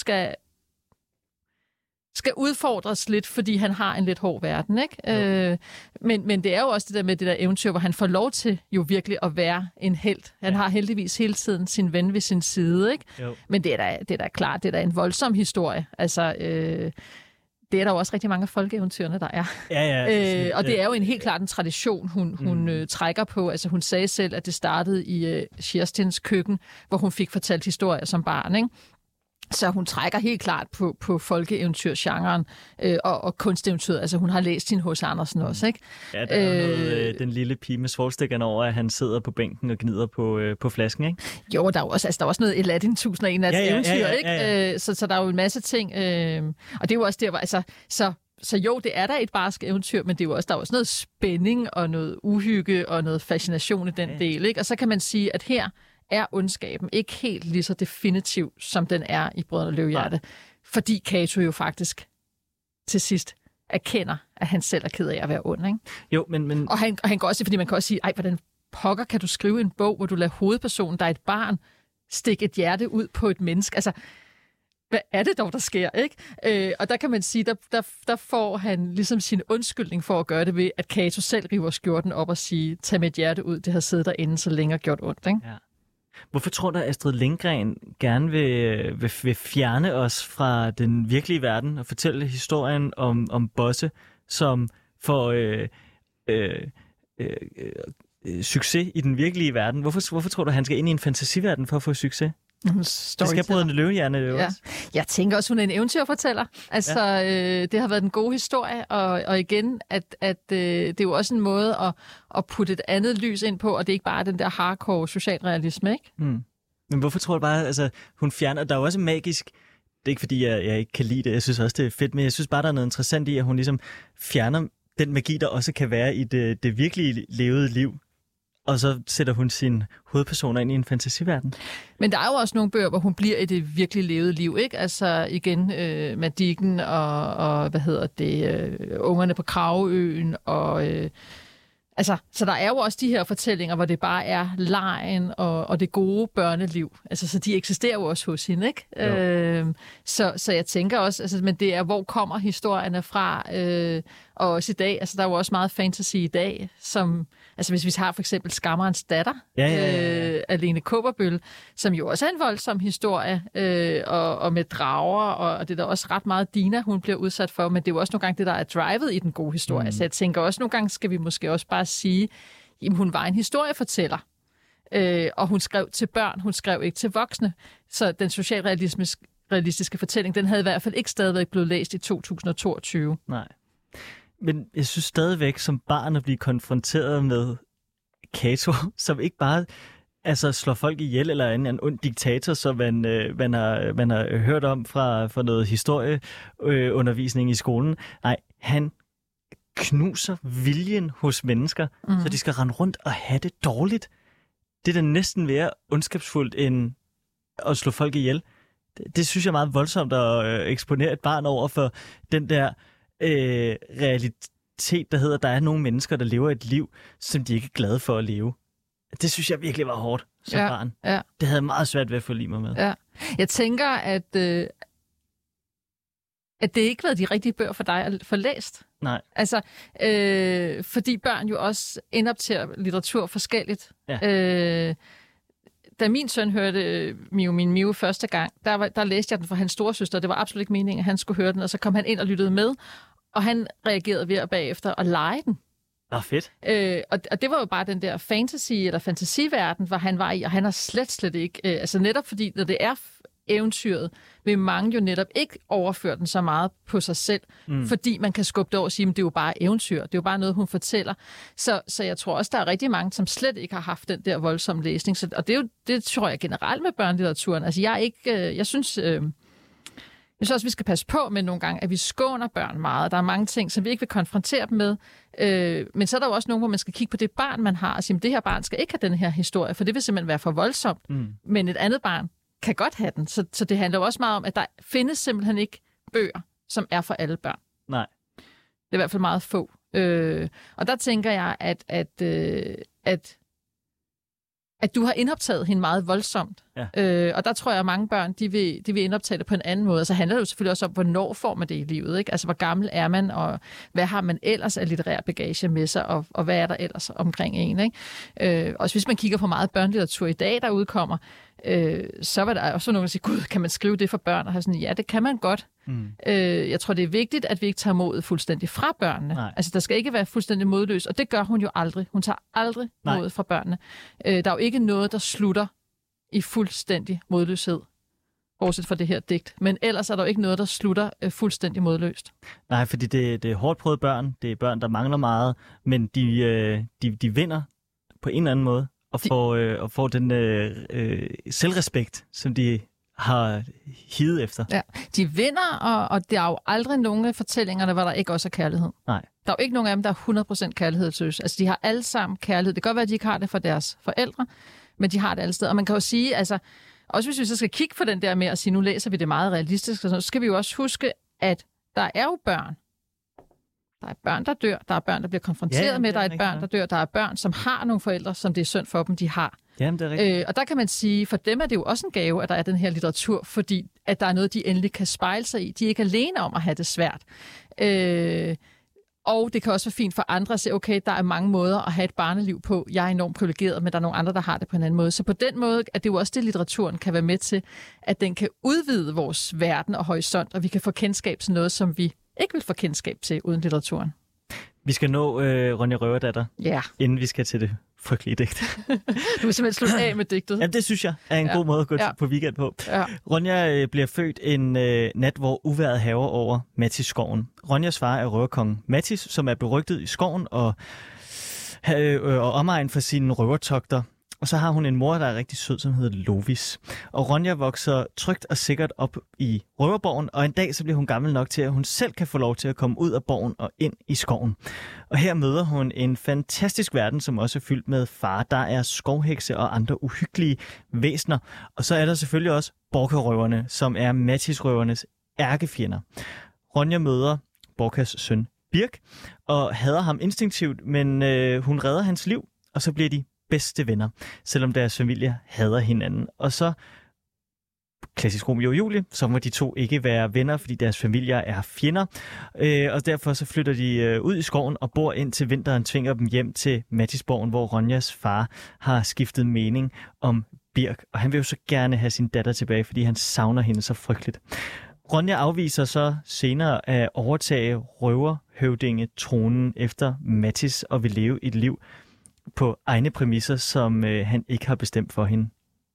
skal udfordres lidt, fordi han har en lidt hård verden, ikke? Men det er jo også det der med det der eventyr, hvor han får lov til jo virkelig at være en helt. Han har heldigvis hele tiden sin ven ved sin side, ikke? Jo. Men det er da klart, det er da en voldsom historie. Altså, det er der jo også rigtig mange af folkeeventyrene, der er. Ja. Og det er jo helt klart en tradition, hun trækker på. Altså, hun sagde selv, at det startede i Kirstins køkken, hvor hun fik fortalt historier som barn, ikke? Så hun trækker helt klart på folkeeventyrgenren og kunsteventyret. Altså, hun har læst sin H.C. Andersen også, ikke? Ja, der er noget, den lille pige med svovlstikkerne over, at han sidder på bænken og gnider på flasken, ikke? Jo, der er også noget Aladdin 1001 eventyr, ikke? Så der er jo en masse ting. Og det er jo også der, hvor... Altså, så jo, det er da et barsk eventyr, men det er jo også, der er også noget spænding og noget uhygge og noget fascination i den del, ikke? Og så kan man sige, at her er ondskaben ikke helt lige så definitiv, som den er i Brødrene Løvehjerte. Fordi Kato jo faktisk til sidst erkender, at han selv er ked af at være ond, ikke? Jo, men... Og han går også, fordi man kan også sige, ej, hvordan pokker kan du skrive en bog, hvor du lader hovedpersonen, der er et barn, stikke et hjerte ud på et menneske? Altså, hvad er det dog, der sker, ikke? Og der kan man sige, der får han ligesom sin undskyldning for at gøre det ved, at Kato selv river skjorten op og siger, tag mit hjerte ud, det har siddet derinde så længe og gjort ondt, ikke? Ja. Hvorfor tror du, at Astrid Lindgren gerne vil fjerne os fra den virkelige verden og fortælle historien om Bosse, som får succes i den virkelige verden? Hvorfor tror du, at han skal ind i en fantasiverden for at få succes? Det skal Brødrene Løvehjerte jo også. Jeg tænker også, hun er en eventyrfortæller. Altså, det har været en god historie, og igen, at det er jo også en måde at putte et andet lys ind på, og det er ikke bare den der hardcore socialrealisme, ikke? Mm. Men hvorfor tror du bare, altså, hun fjerner... Der er jo også magisk... Det er ikke, fordi jeg ikke kan lide det. Jeg synes også, det er fedt, men jeg synes bare, der er noget interessant i, at hun ligesom fjerner den magi, der også kan være i det virkelige levede liv. Og så sætter hun sine hovedpersoner ind i en fantasiverden. Men der er jo også nogle bøger, hvor hun bliver i det virkelig levede liv, ikke? Altså igen, Madicken og hvad hedder det, ungerne på Krageøen og... Altså, så der er jo også de her fortællinger, hvor det bare er legen og det gode børneliv. Altså, så de eksisterer jo også hos hende, ikke? Så jeg tænker også, altså, men det er, hvor kommer historierne fra? Og også i dag, altså, der er jo også meget fantasy i dag, som... Altså, hvis vi har for eksempel Skammerens datter, af Lene Kaaberbøl, som jo også er en voldsom historie, og med drager, og det er der også ret meget Dina, hun bliver udsat for, men det er jo også nogle gange det, der er drivet i den gode historie. Så jeg tænker også, nogle gange skal vi måske også bare sige, at hun var en historiefortæller, og hun skrev til børn, hun skrev ikke til voksne. Så den socialrealistiske fortælling, den havde i hvert fald ikke stadigvæk blevet læst i 2022. Nej. Men jeg synes stadigvæk som barn at blive konfronteret med Kato, som ikke bare slår folk ihjel eller en ond diktator, som man har hørt om fra noget historieundervisning i skolen. Nej, han knuser viljen hos mennesker, så de skal rende rundt og have det dårligt. Det er da næsten mere ondskabsfuldt end at slå folk ihjel. Det synes jeg er meget voldsomt at eksponere et barn over for den der realitet, der hedder, at der er nogle mennesker, der lever et liv, som de ikke er glade for at leve. Det synes jeg virkelig var hårdt som barn. Ja. Det havde jeg meget svært ved at forlige mig med. Ja. Jeg tænker, at det ikke har været de rigtige bøger for dig at få læst. Nej. Altså, fordi børn jo også indopterer litteratur forskelligt. Ja. da min søn hørte min Miu første gang, der læste jeg den for hans storesøster. Det var absolut ikke meningen, at han skulle høre den, og så kom han ind og lyttede med, og han reagerede ved at bagefter at lege den. Fedt. Og det var jo bare den der fantasiverden, hvor han var i, og han har slet ikke... altså netop fordi, når det er eventyret, vil mange jo netop ikke overføre den så meget på sig selv, fordi man kan skubbe det over og sige, at det er jo bare eventyr. Det er jo bare noget, hun fortæller. Så jeg tror også, der er rigtig mange, som slet ikke har haft den der voldsomme læsning. Og det tror jeg generelt med børnelitteraturen. Altså jeg synes også, vi skal passe på med nogle gange, at vi skåner børn meget. Der er mange ting, som vi ikke vil konfrontere dem med. Men så er der jo også nogle, hvor man skal kigge på det barn, man har, og sige, at det her barn skal ikke have den her historie, for det vil simpelthen være for voldsomt. Men et andet barn kan godt have den. Så det handler jo også meget om, at der findes simpelthen ikke bøger, som er for alle børn. Nej. Det er i hvert fald meget få. Og der tænker jeg, at du har indoptaget hende meget voldsomt. Ja. Og der tror jeg, at mange børn, de vil indoptage det på en anden måde. Og så handler det jo selvfølgelig også om, hvornår får man det i livet, ikke? Altså, hvor gammel er man, og hvad har man ellers af litterær bagage med sig, og hvad er der ellers omkring en, ikke? Også hvis man kigger på meget børnelitteratur i dag, der udkommer, så var der også nogen, der siger, gud, kan man skrive det for børn? Og have sådan, ja, det kan man godt. Jeg tror, det er vigtigt, at vi ikke tager modet fuldstændig fra børnene. Nej. Altså, der skal ikke være fuldstændig modløs, og det gør hun jo aldrig. Hun tager aldrig modet fra børnene. Der er jo ikke noget, der slutter i fuldstændig modløshed, bortset fra det her digt. Men ellers er der jo ikke noget, der slutter fuldstændig modløst. Nej, fordi det er hårdt prøvede børn. Det er børn, der mangler meget, men de vinder på en eller anden måde, og får den selvrespekt, som de har higet efter. Ja, de vinder, og der er jo aldrig nogen af fortællingerne, hvor der ikke også er kærlighed. Nej. Der er jo ikke nogen af dem, der er 100% kærlighedsløse. Altså, de har alle sammen kærlighed. Det kan godt være, at de ikke har det for deres forældre, men de har det alle steder. Og man kan jo sige, altså, også hvis vi så skal kigge på den der med at sige, nu læser vi det meget realistisk, så skal vi jo også huske, at der er jo børn. Der er børn, der dør. Der er børn, der bliver konfronteret med. Der er et børn, der dør. Der er børn, som har nogle forældre, som det er synd for dem, de har. Jamen, det er rigtigt. Og der kan man sige, for dem er det jo også en gave, at der er den her litteratur, fordi at der er noget, de endelig kan spejle sig i. De er ikke alene om at have det svært. Og det kan også være fint for andre at se, okay, der er mange måder at have et barneliv på. Jeg er enormt privilegeret, men der er nogle andre, der har det på en anden måde. Så på den måde er det jo også det, litteraturen kan være med til, at den kan udvide vores verden og horisont, og vi kan få kendskab til noget, som vi ikke vil få kendskab til uden litteraturen. Vi skal nå Ronja Røverdatter, inden vi skal til det frygtelige digt. Du vil simpelthen slutte af med digtet. Ja, det synes jeg er en god måde at gå på weekend på. Ja. Ronja bliver født en nat, hvor uvejret hærger over Mattis-skoven. Ronjas far er røverkongen Mattis, som er berygtet i skoven og omegn for sine røvertogter. Og så har hun en mor, der er rigtig sød, som hedder Lovis. Og Ronja vokser trygt og sikkert op i røverborgen, og en dag så bliver hun gammel nok til, at hun selv kan få lov til at komme ud af borgen og ind i skoven. Og her møder hun en fantastisk verden, som også er fyldt med fare. Der er skovhekse og andre uhyggelige væsner. Og så er der selvfølgelig også Borka-røverne, som er Mattis-røvernes ærkefjender. Ronja møder Borkas søn Birk, og hader ham instinktivt, men hun redder hans liv, og så bliver de bedste venner, selvom deres familier hader hinanden. Og så, klassisk Romeo og Julie, så må de to ikke være venner, fordi deres familier er fjender. Og derfor så flytter de ud i skoven og bor indtil vinteren tvinger dem hjem til Mattisborgen, hvor Ronjas far har skiftet mening om Birk. Og han vil jo så gerne have sin datter tilbage, fordi han savner hende så frygteligt. Ronja afviser så senere at overtage røverhøvdingetronen efter Mattis og vil leve et liv på egne præmisser, som han ikke har bestemt for hende.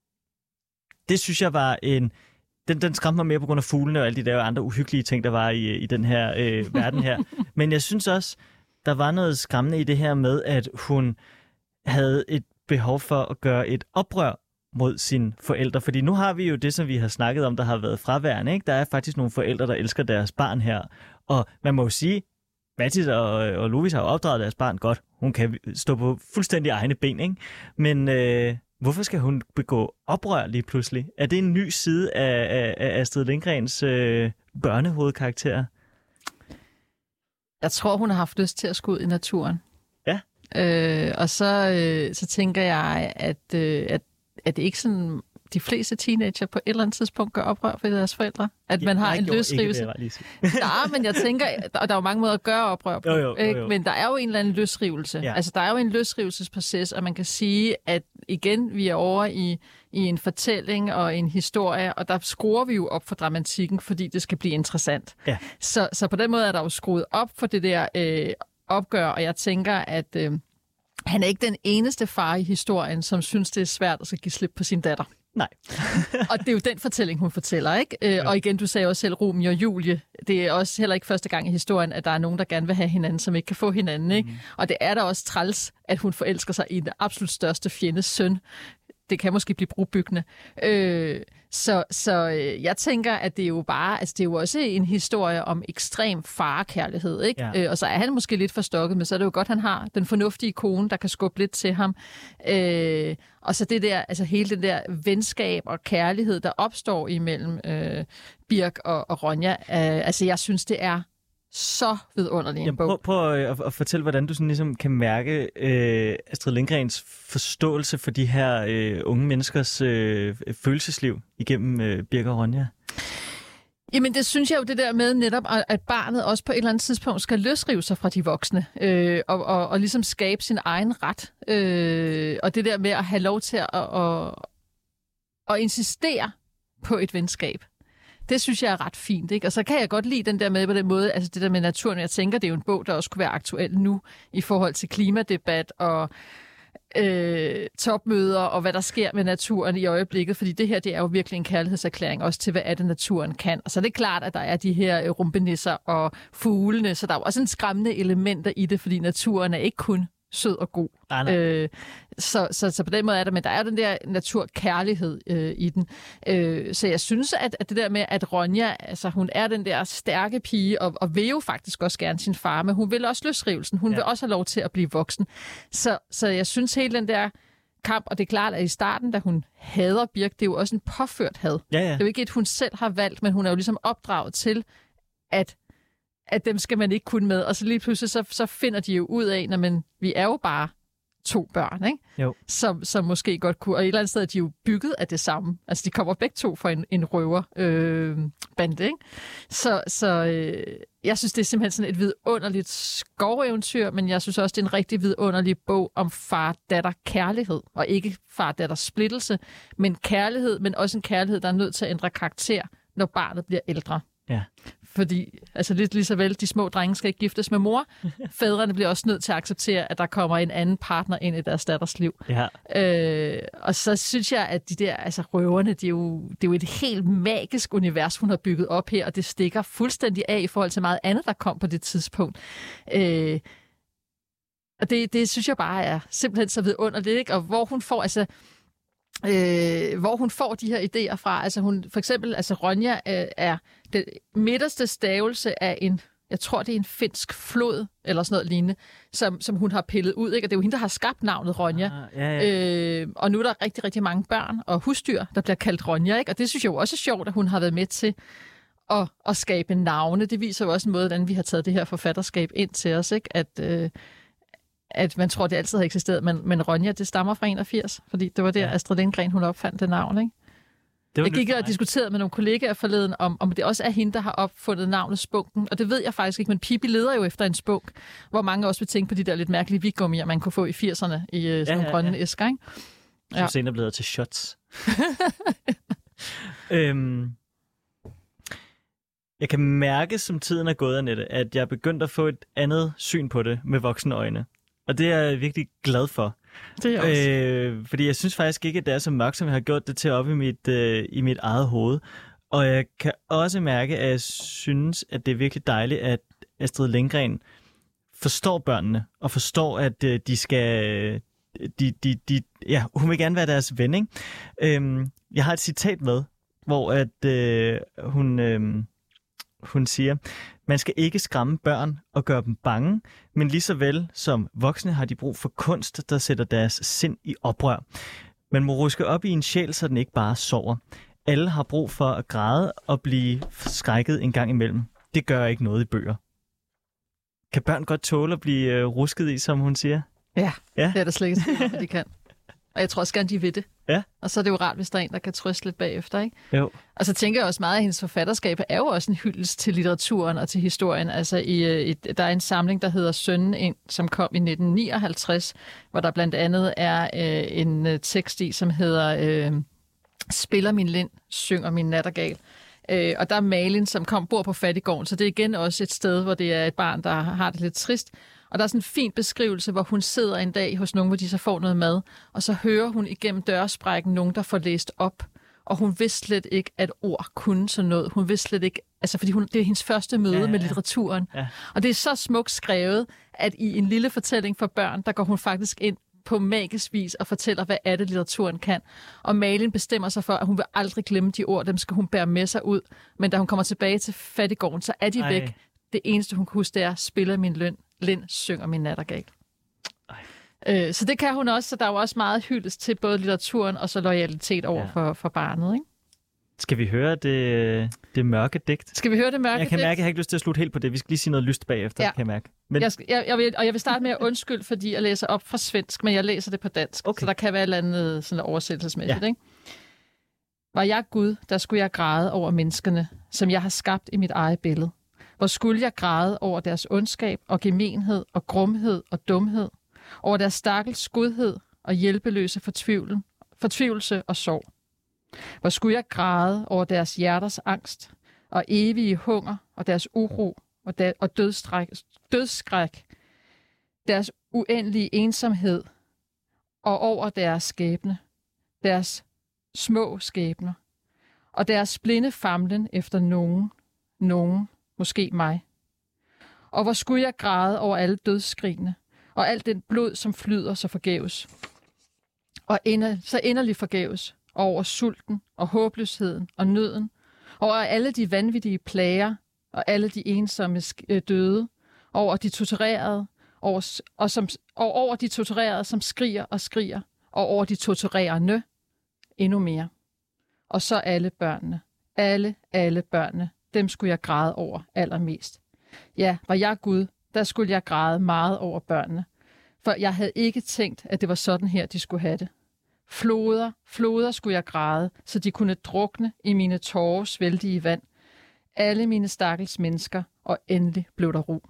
Det synes jeg var den skræmte mig mere på grund af fuglene og alle de der andre uhyggelige ting, der var i den her verden her. Men jeg synes også, der var noget skræmmende i det her med, at hun havde et behov for at gøre et oprør mod sine forældre. Fordi nu har vi jo det, som vi har snakket om, der har været fraværende, ikke? Der er faktisk nogle forældre, der elsker deres barn her. Og man må jo sige, Mattis og Lovis har jo opdraget deres barn godt. Hun kan stå på fuldstændig egne ben, ikke? Men hvorfor skal hun begå oprør lige pludselig? Er det en ny side af Astrid Lindgrens børnehovedkarakter? Jeg tror, hun har haft lyst til at skulle ud i naturen. Ja. Og så tænker jeg, at det ikke sådan de fleste teenager på et eller andet tidspunkt gør oprør for deres forældre. At man har en løsrivelse. Nej, men jeg tænker, og der er jo mange måder at gøre oprør på. Jo. Men der er jo en eller anden løsrivelse. Ja. Altså, der er jo en løsrivelsesproces, og man kan sige, at igen, vi er over i en fortælling og en historie, og der skruer vi jo op for dramatikken, fordi det skal blive interessant. Ja. Så på den måde er der jo skruet op for det der opgør, og jeg tænker, at han er ikke den eneste far i historien, som synes, det er svært at give slip på sin datter. Nej. Og det er jo den fortælling, hun fortæller, ikke? Og igen, du sagde også selv Romeo og Julie. Det er også heller ikke første gang i historien, at der er nogen, der gerne vil have hinanden, som ikke kan få hinanden, ikke? Og det er da også træls, at hun forelsker sig i den absolut største fjendes søn. Det kan måske blive brobyggende. Så jeg tænker, at det er jo bare, altså det er jo også en historie om ekstrem farekærlighed, ikke? Ja. Og så er han måske lidt forstokket, men så er det jo godt, han har den fornuftige kone, der kan skubbe lidt til ham. Og så det der, altså hele det der venskab og kærlighed, der opstår imellem Birk og Ronja. Altså jeg synes, det er så vidunderlig en bog. Prøv at fortælle, hvordan du sådan ligesom kan mærke Astrid Lindgrens forståelse for de her unge menneskers følelsesliv igennem Birk og Ronja. Jamen det synes jeg jo det der med netop, at barnet også på et eller andet tidspunkt skal løsrive sig fra de voksne og ligesom skabe sin egen ret. Og det der med at have lov til at insistere på et venskab. Det synes jeg er ret fint, ikke? Og så kan jeg godt lide den der med på den måde, altså det der med naturen. Jeg tænker, det er jo en bog, der også kunne være aktuel nu i forhold til klimadebat og topmøder og hvad der sker med naturen i øjeblikket. Fordi det her, det er jo virkelig en kærlighedserklæring også til, hvad er det naturen kan. Og så er det klart, at der er de her rumpenisser og fuglene, så der er jo også en skræmmende elementer i det, fordi naturen er ikke kun sød og god. Så på den måde er det, men der er den der naturkærlighed i den. Så jeg synes, at det der med, at Ronja, altså hun er den der stærke pige, og vil jo faktisk også gerne sin far, men hun vil også løsrivelsen. Hun vil også have lov til at blive voksen. Så jeg synes hele den der kamp, og det er klart, at i starten, da hun hader Birk, det er jo også en påført had. Ja. Det er jo ikke et, hun selv har valgt, men hun er jo ligesom opdraget til, at dem skal man ikke kunne med. Og så lige pludselig, så finder de jo ud af, men vi er jo bare 2 børn, ikke? Jo. Som måske godt kunne. Og et eller andet sted er de jo bygget af det samme. Altså, de kommer begge to fra en røverbande, ikke? Så jeg synes, det er simpelthen sådan et vidunderligt skoveventyr, men jeg synes også, det er en rigtig vidunderlig bog om far-datter kærlighed. Og ikke far-datter splittelse, men kærlighed, men også en kærlighed, der er nødt til at ændre karakter, når barnet bliver ældre. Ja. Fordi, altså lidt lige så vel, de små drenge skal ikke giftes med mor. Fædrene bliver også nødt til at acceptere, at der kommer en anden partner ind i deres datters liv. Ja. Og så synes jeg, at de der, altså røverne, det er jo et helt magisk univers, hun har bygget op her, og det stikker fuldstændig af i forhold til meget andet, der kom på det tidspunkt. Og det synes jeg bare er simpelthen så vidunderligt, ikke? Og hvor hun får, altså hvor hun får de her idéer fra. Altså hun, for eksempel, altså Ronja er den midterste stavelse af en, jeg tror det er en finsk flod, eller sådan noget lignende, som hun har pillet ud, ikke? Og det er jo hende, der har skabt navnet Ronja. Og nu er der rigtig, rigtig mange børn og husdyr, der bliver kaldt Ronja, ikke? Og det synes jeg jo også er sjovt, at hun har været med til at skabe navne. Det viser jo også en måde, hvordan vi har taget det her forfatterskab ind til os, ikke? At man tror, det altid har eksisteret, men Ronja, det stammer fra 81, fordi det var der, Astrid Lindgren, hun opfandt det navn, ikke? Jeg gik og diskuterede med nogle kollegaer forleden, om det også er hende, der har opfundet navnet Spunken, og det ved jeg faktisk ikke, men Pippi leder jo efter en spunk, hvor mange også vil tænke på de der lidt mærkelige vigummier, man kunne få i 80'erne i sådan nogle grønne æsker, ikke? Som senere blev til shots. Jeg kan mærke, som tiden er gået, Annette, at jeg er begyndt at få et andet syn på det med voksne øjne. Og det er jeg virkelig glad for. Det er også. Fordi jeg synes faktisk ikke, at det er så mørkt, som jeg har gjort det til op i mit eget hoved. Og jeg kan også mærke, at jeg synes, at det er virkelig dejligt, at Astrid Lindgren forstår børnene, og forstår, at de skal... hun vil gerne være deres ven, ikke? Jeg har et citat med, hvor at hun siger, man skal ikke skræmme børn og gøre dem bange, men lige så vel som voksne har de brug for kunst, der sætter deres sind i oprør. Man må ruske op i en sjæl, så den ikke bare sover. Alle har brug for at græde og blive skrækket en gang imellem. Det gør ikke noget i bøger. Kan børn godt tåle at blive rusket i, som hun siger? Ja. Det er der slet ikke, de kan. Og jeg tror også gerne, de ved det. Ja. Og så er det jo rart, hvis der er en, der kan trøste lidt bagefter, ikke? Jo. Og så tænker jeg også meget, at hendes forfatterskab er jo også en hyldest til litteraturen og til historien. Altså, der er en samling, der hedder Sønnen, som kom i 1959, hvor der blandt andet er en tekst i, som hedder Spiller min lind, synger min nattergal. Og der er Malin, som bor på fattiggården, så det er igen også et sted, hvor det er et barn, der har det lidt trist. Og der er sådan en fin beskrivelse, hvor hun sidder en dag hos nogen, hvor de så får noget mad, og så hører hun igennem dørsprækken nogen, der får læst op. Og hun vidste slet ikke, at ord kunne sådan noget. Hun vidste slet ikke, altså fordi det er hendes første møde med litteraturen. Ja. Og det er så smukt skrevet, at i en lille fortælling for børn, der går hun faktisk ind på magisk vis og fortæller, hvad er det, litteraturen kan. Og Malin bestemmer sig for, at hun vil aldrig glemme de ord, dem skal hun bære med sig ud. Men da hun kommer tilbage til fattiggården, så er de væk. Det eneste, hun kan huske, det er, spiller min lind, synger min nattergal. Så det kan hun også, så der er jo også meget hyldest til både litteraturen og så loyalitet over for barnet, ikke? Skal vi høre det mørke digt? Skal vi høre det mørke digt? Jeg kan mærke, at jeg har ikke lyst til at slutte helt på det. Vi skal lige sige noget lyst bagefter, kan jeg mærke. Men... Jeg vil starte med at undskylde, fordi jeg læser op fra svensk, men jeg læser det på dansk. Okay. Så der kan være et eller andet sådan oversættelsesmæssigt, ikke? Var jeg Gud, der skulle jeg græde over menneskene, som jeg har skabt i mit eget billede. Hvor skulle jeg græde over deres ondskab og gemenhed og grumhed og dumhed, over deres stakkels godhed og hjælpeløse fortvivlelse og sorg. Hvor skulle jeg græde over deres hjerters angst og evige hunger og deres uro og dødsskræk, deres uendelige ensomhed og over deres skæbne, deres små skæbner og deres blinde famlen efter nogen, måske mig. Og hvor skulle jeg græde over alle dødsskrigene og alt den blod, som flyder så forgæves. Og så inderligt forgæves over sulten og håbløsheden og nøden, over alle de vanvittige plager og alle de ensomme døde, over de torturerede, over de torturerede, som skriger og skriger, og over de torturerende endnu mere. Og så alle børnene, alle børnene, dem skulle jeg græde over allermest. Ja, var jeg Gud, der skulle jeg græde meget over børnene, for jeg havde ikke tænkt, at det var sådan her, de skulle have det. Floder skulle jeg græde, så de kunne drukne i mine tårer vældige vand. Alle mine stakkels mennesker, og endelig blev der ro.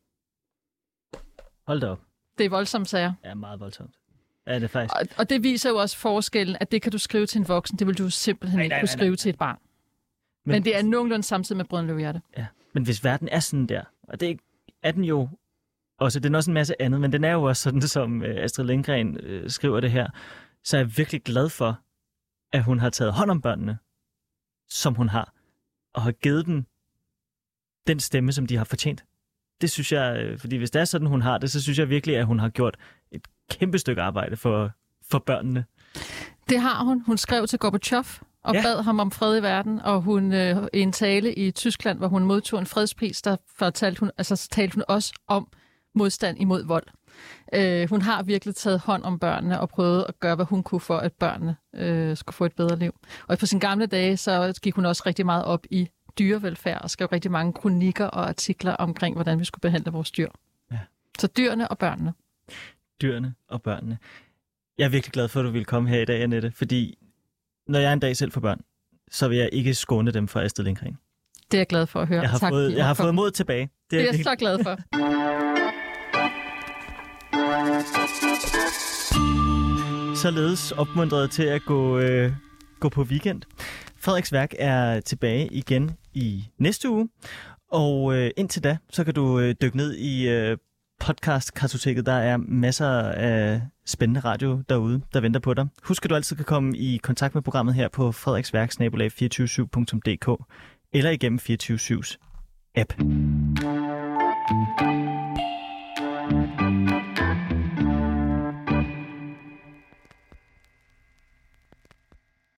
Hold da op. Det er voldsomt, sager. Ja, meget voldsomt. Ja, det er faktisk. Og det viser jo også forskellen, at det kan du skrive til en voksen, det vil du simpelthen ikke kunne skrive til et barn. Men det er nogenlunde samtidig med Brødrene Løvehjerte. Ja, men hvis verden er sådan der, og det er den jo også, den er også en masse andet, men den er jo også sådan, som Astrid Lindgren skriver det her, så er jeg virkelig glad for, at hun har taget hånd om børnene, som hun har, og har givet dem den stemme, som de har fortjent. Det synes jeg, fordi hvis det er sådan, hun har det, så synes jeg virkelig, at hun har gjort et kæmpe stykke arbejde for børnene. Det har hun. Hun skrev til Gorbachev og bad ham om fred i verden, og hun i en tale i Tyskland, hvor hun modtog en fredspris, der talte hun også om modstand imod vold. Hun har virkelig taget hånd om børnene og prøvet at gøre, hvad hun kunne for, at børnene skulle få et bedre liv. Og på sine gamle dage, så gik hun også rigtig meget op i dyrevelfærd og skrev rigtig mange kronikker og artikler omkring, hvordan vi skulle behandle vores dyr. Ja. Så dyrene og børnene. Dyrene og børnene. Jeg er virkelig glad for, at du ville komme her i dag, Annette, fordi når jeg en dag selv får børn, så vil jeg ikke skåne dem fra Astrid Lindgren. Det er jeg glad for at høre. Jeg har fået mod tilbage. Det er jeg så glad for. Således opmuntret til at gå på weekend. Frederiks Værk er tilbage igen i næste uge, og indtil da, så kan du dykke ned i podcast-kartoteket. Der er masser af spændende radio derude, der venter på dig. Husk, at du altid kan komme i kontakt med programmet her på frederiksværk@247.dk eller igennem 24/7's app.